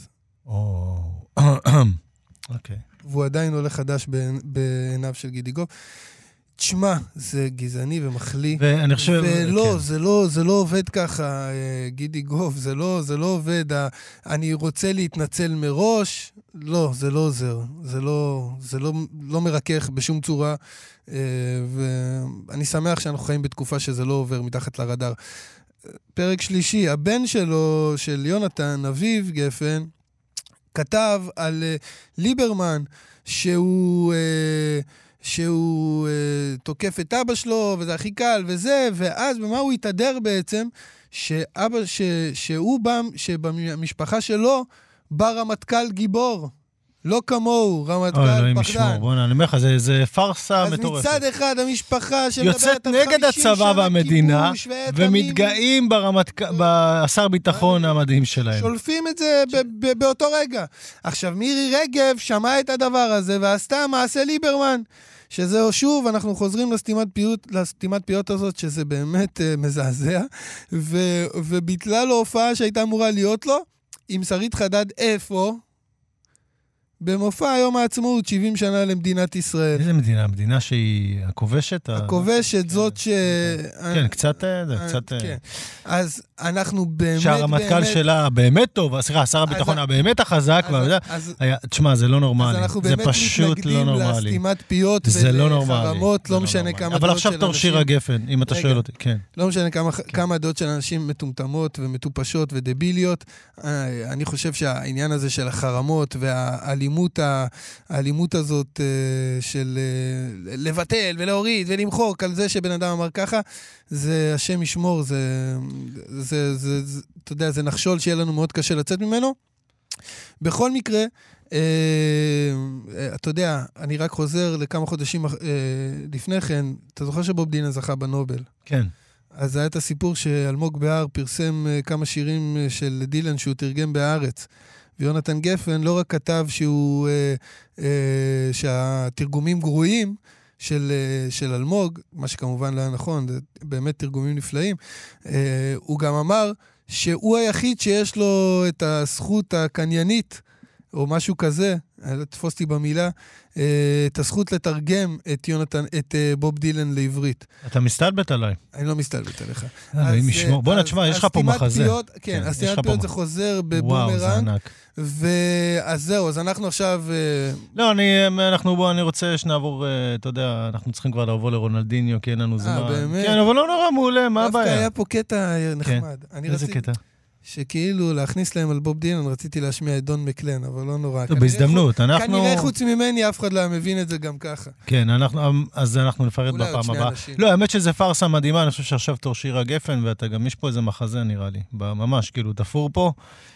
אוקיי. והוא עדיין עולה חדש בעיניו של גידי גוב. תשמע, זה גזעני ומחליא. ואני חושב... ולא, כן. זה לא, זה לא עובד ככה, גידי גוב, זה לא, זה לא עובד. אני רוצה להתנצל מראש, לא, זה לא עוזר. זה לא, זה לא, לא מרכך בשום צורה, ואני שמח שאנחנו חיים בתקופה שזה לא עובר מתחת לרדאר. פרק שלישי, הבן שלו, של יונתן, אביב גפן, כתב על ליברמן, שהוא... שהוא uh, תוקף את אבא שלו, וזה הכי קל, וזה, ואז במה הוא התהדר בעצם, שאבא, ש, שהוא בא, שבמשפחה שלו, בא רמטכ"ל גיבור. לא כמוהו, רמטכ"ל פחדן. בוא נאמר לך, זה, זה פרסה אז מטורפת. אז מצד אחד, המשפחה יוצאת נגד הצבא והמדינה, ומתגאים בשר ביטחון המדהים שלהם. שולפים את זה ב- ב- באותו רגע. עכשיו, מירי רגב שמעה את הדבר הזה, ועשתה מעשה ליברמן. שזהו שוב, אנחנו חוזרים לסתימת פיות, לסתימת פיות הזאת, שזה באמת uh, מזעזע, ו- וביטלה לו הופעה שהייתה אמורה להיות לו, עם שרית חדד איפה, במופע יום העצמאות, שבעים שנה למדינת ישראל. איזה מדינה? מדינה שהיא הכובשת? הכובשת, זאת ש... כן, קצת... קצת... כן. אז אנחנו באמת... שהרמטכ"ל שלה באמת טוב, סליחה, שר הביטחון הבאמת החזק, תשמע, זה לא נורמלי. זה פשוט לא נורמלי. אז אנחנו באמת מתנגדים לסתימת פיות ולחרמות, לא משנה כמה דעות של אנשים. אבל עכשיו תור שירה גפן, אם אתה שואל אותי, כן. לא משנה כמה דעות של אנשים מטומטמות ומטופשות ודביליות. אני חושב שהעניין הזה של החרמות והאלימות, האלימות הזאת של לבטל ולהוריד ולמחוק על זה שבן אדם אמר ככה, זה השם ישמור, זה, זה, זה, זה, אתה יודע, זה נחשול שיהיה לנו מאוד קשה לצאת ממנו. בכל מקרה, אה, אתה יודע, אני רק חוזר לכמה חודשים אה, לפני כן, אתה זוכר שבוב דילן זכה בנובל? כן. אז היה את הסיפור שאלמוג בהר פרסם אה, כמה שירים אה, של דילן שהוא תרגם בארץ. ויונתן גפן לא רק כתב שהוא, אה, אה, שהתרגומים גרועים, של, של אלמוג, מה שכמובן לא היה נכון, זה באמת תרגומים נפלאים, אה, הוא גם אמר שהוא היחיד שיש לו את הזכות הקניינית, או משהו כזה, תפוס אותי במילה, אה, את הזכות לתרגם את יונתן, את אה, בוב דילן לעברית. אתה מסתלבט עליי. אני לא מסתלבט עליך. בוא נתשמע, יש לך פה מחזה. כן, הסתימת פיות זה חוזר בבומרנג. וואו, זה ענק. ואז זהו, אז אנחנו עכשיו... לא, אני, אנחנו, בוא, אני רוצה שנעבור, אתה יודע, אנחנו צריכים כבר לעבור לרונלדיניו, כי אין לנו זמן. אה, באמת? כן, אבל לא נורא מעולה, מה הבעיה? דווקא היה פה קטע נחמד. איזה קטע? שכאילו להכניס להם על בוב דילן, רציתי להשמיע את דון מקלן, אבל לא נורא. טוב, בהזדמנות, אנחנו... כנראה חוץ ממני, אף אחד לא מבין את זה גם ככה. כן, אז אנחנו נפרט בפעם הבאה. לא, האמת שזה פרסה מדהימה, אני חושב שעכשיו תור שירה גפן, ואתה גם, יש פה איזה מחזה נראה לי, ממש, כאילו, תפור פה.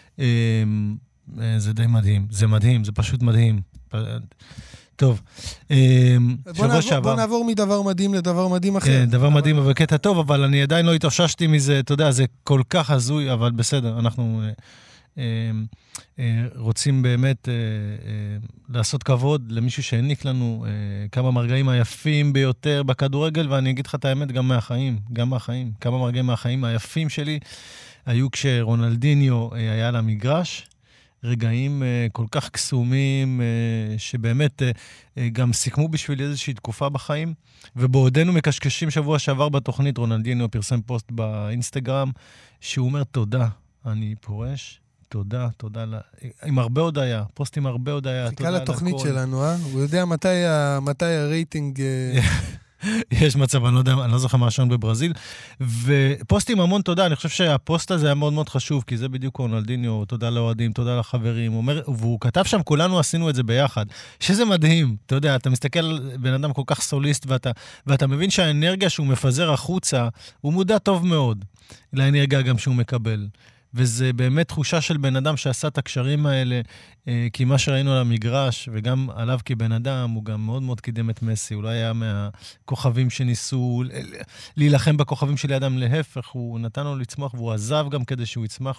זה די מדהים, זה מדהים, זה פשוט מדהים. טוב, שבוע שעבר. בוא נעבור מדבר מדהים לדבר מדהים אחר. כן, דבר מדהים, אבל קטע טוב, אבל אני עדיין לא התאוששתי מזה, אתה יודע, זה כל כך הזוי, אבל בסדר, אנחנו רוצים באמת לעשות כבוד למישהו שהעניק לנו כמה מרגעים היפים ביותר בכדורגל, ואני אגיד לך את האמת גם מהחיים, גם מהחיים, כמה מרגעים מהחיים היפים שלי היו כשרונלדיניו היה על המגרש, רגעים uh, כל כך קסומים, uh, שבאמת uh, uh, גם סיכמו בשביל איזושהי תקופה בחיים, ובעודנו מקשקשים שבוע שעבר בתוכנית, רונלדיניו פרסם פוסט באינסטגרם, שהוא אומר תודה, אני פורש, תודה, תודה, לה... עם הרבה הודעה, פוסט עם הרבה הודעה, חיכה לתוכנית שלנו, אה? הוא יודע מתי, ה... מתי הרייטינג... יש מצב, אני לא יודע, אני לא זוכר מה השעון בברזיל, ופוסטים המון תודה, אני חושב שהפוסט הזה היה מאוד מאוד חשוב, כי זה בדיוק רונלדיניו, תודה לאוהדים, תודה לחברים, אומר, והוא כתב שם, כולנו עשינו את זה ביחד, שזה מדהים, אתה יודע, אתה מסתכל על בן אדם כל כך סוליסט, ואתה, ואתה מבין שהאנרגיה שהוא מפזר החוצה, הוא מודע טוב מאוד לאנרגיה גם שהוא מקבל. וזה באמת תחושה של בן אדם שעשה את הקשרים האלה, כי מה שראינו על המגרש, וגם עליו כבן אדם, הוא גם מאוד מאוד קידם את מסי, הוא לא היה מהכוכבים שניסו להילחם בכוכבים של אדם, להפך, הוא נתן לו לצמוח, והוא עזב גם כדי שהוא יצמח,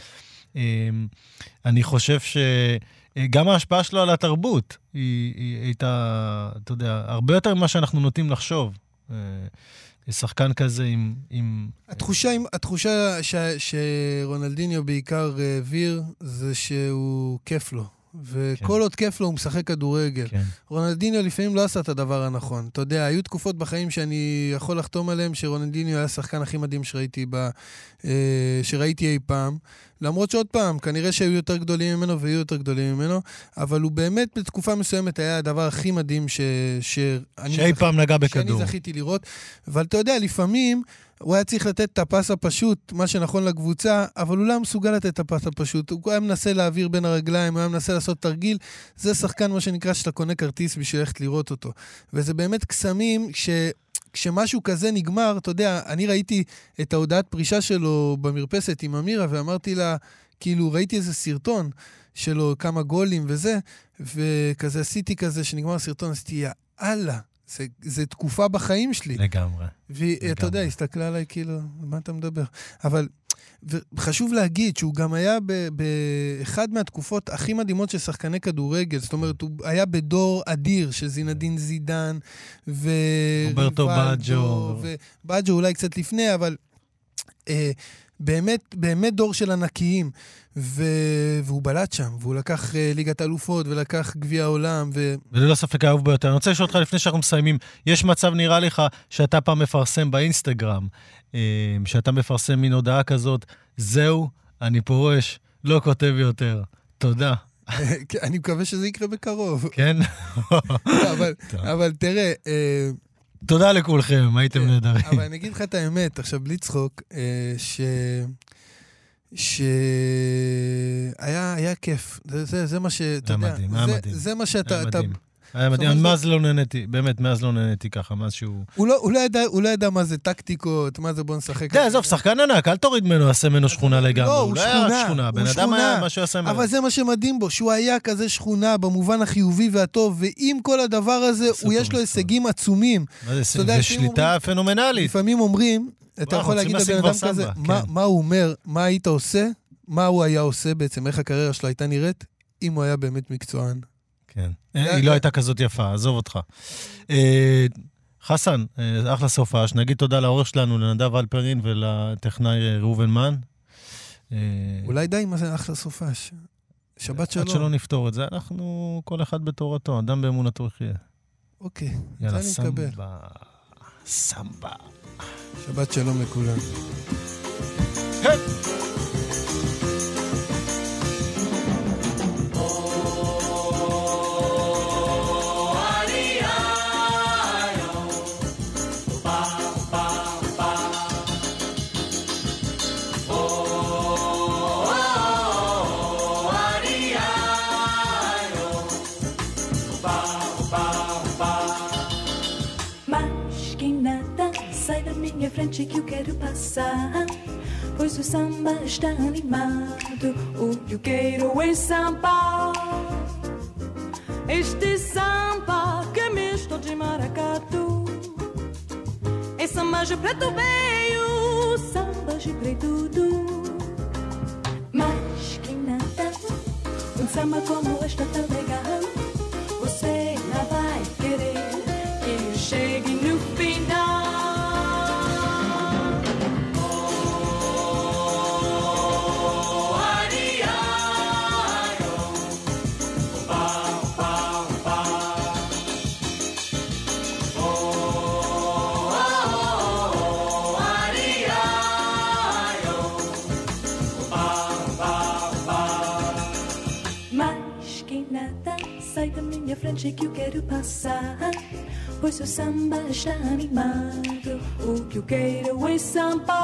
ואני חושב שגם ההשפעה שלו על התרבות, היא, היא הייתה, אתה יודע, הרבה יותר ממה שאנחנו נוטים לחשוב, שחקן כזה עם... עם... התחושה, התחושה ש, שרונלדיניו בעיקר העביר, זה שהוא כיף לו. וכל כן. עוד כיף לו, הוא משחק כדורגל. כן. רונלדיניו לפעמים לא עשה את הדבר הנכון. אתה יודע, היו תקופות בחיים שאני יכול לחתום עליהם, שרונלדיניו היה השחקן הכי מדהים שראיתי, בה, שראיתי אי פעם. למרות שעוד פעם, כנראה שהיו יותר גדולים ממנו והיו יותר גדולים ממנו, אבל הוא באמת בתקופה מסוימת היה הדבר הכי מדהים ש... שאני שאי פעם נגע בכדור. שאני זכיתי לראות. אבל אתה יודע, לפעמים הוא היה צריך לתת את הפס הפשוט, מה שנכון לקבוצה, אבל הוא לא מסוגל לתת את הפס הפשוט. הוא היה מנסה להעביר בין הרגליים, הוא היה מנסה לעשות תרגיל. זה שחקן, מה שנקרא, שאתה קונה כרטיס בשביל ללכת לראות אותו. וזה באמת קסמים ש... כשמשהו כזה נגמר, אתה יודע, אני ראיתי את ההודעת פרישה שלו במרפסת עם אמירה, ואמרתי לה, כאילו, ראיתי איזה סרטון שלו, כמה גולים וזה, וכזה עשיתי כזה, שנגמר הסרטון, עשיתי, יאללה, זה, זה תקופה בחיים שלי. לגמרי. ואתה יודע, הסתכלה עליי, כאילו, מה אתה מדבר? אבל חשוב להגיד שהוא גם היה באחד מהתקופות הכי מדהימות של שחקני כדורגל, זאת אומרת, הוא היה בדור אדיר של זינדין זידן ורוברטו בג'ו. ובג'ו אולי קצת לפני, אבל באמת, באמת דור של ענקיים, ו... והוא בלט שם, והוא לקח uh, ליגת אלופות, ולקח גביע העולם, ו... וללא ספק האהוב ביותר. אני רוצה לשאול אותך לפני שאנחנו מסיימים, יש מצב נראה לך שאתה פעם מפרסם באינסטגרם, שאתה מפרסם מין הודעה כזאת, זהו, אני פורש, לא כותב יותר. תודה. אני מקווה שזה יקרה בקרוב. כן? אבל, אבל תראה... תודה לכולכם, הייתם נהדרים. אבל אני אגיד לך את האמת, עכשיו בלי צחוק, ש... שהיה היה כיף. זה, זה, זה מה ש... אתה יודע, מדהים, היה זה, מדהים. זה מה שאתה... היה אתה... מדהים. היה מדהים, מאז לא נהניתי, באמת, מאז לא נהניתי ככה, מאז שהוא... הוא לא, הוא לא ידע, הוא לא ידע מה זה טקטיקות, מה זה בוא נשחק. די, עזוב, שחקן ענק, אל תוריד ממנו, עשה ממנו שכונה לגמרי. לא, הוא שכונה. שכונה, בן אדם היה מה שהוא עשה ממנו. אבל זה מה שמדהים בו, שהוא היה כזה שכונה במובן החיובי והטוב, ועם כל הדבר הזה, הוא יש לו הישגים עצומים. זה שליטה פנומנלית. לפעמים אומרים, אתה יכול להגיד לבן אדם כזה, מה הוא אומר, מה היית עושה, מה הוא היה עושה בעצם, איך הקריירה שלו הייתה נראית, אם הוא היה באמת מקצוען. כן. היא לא הייתה כזאת יפה, עזוב אותך. חסן, אחלה סופש, נגיד תודה לעורך שלנו, לנדב אלפרין ולטכנאי ראובן מן. אולי די מה זה אחלה סופש. שבת שלום. עד שלא נפתור את זה, אנחנו כל אחד בתורתו, אדם באמונתו יחיה. אוקיי, יאללה, זה אני מקבל. סמבה. סמבה. שבת שלום לכולם. היי! Minha frente que eu quero passar, pois o samba está animado, o que eu quero é samba. Este samba que é misto de maracatu, é samba de preto veio, samba de preto do. Mas que nada, um samba como este tão legal, você não vai querer que eu chegue no final. Frente que eu quero passar, pois o samba está animado, o que eu quero é samba.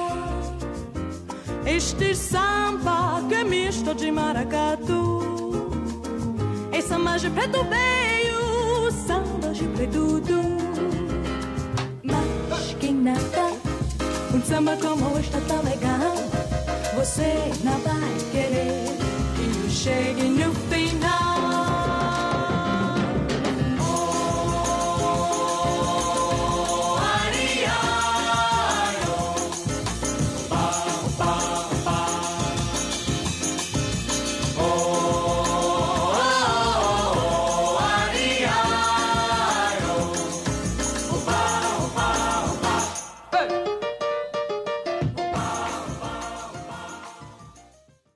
Este samba que é misto de maracatu, é samba de preto veio, samba de preto do. Mas que nada, um samba como este tão legal, você não vai querer que eu chegue no fim.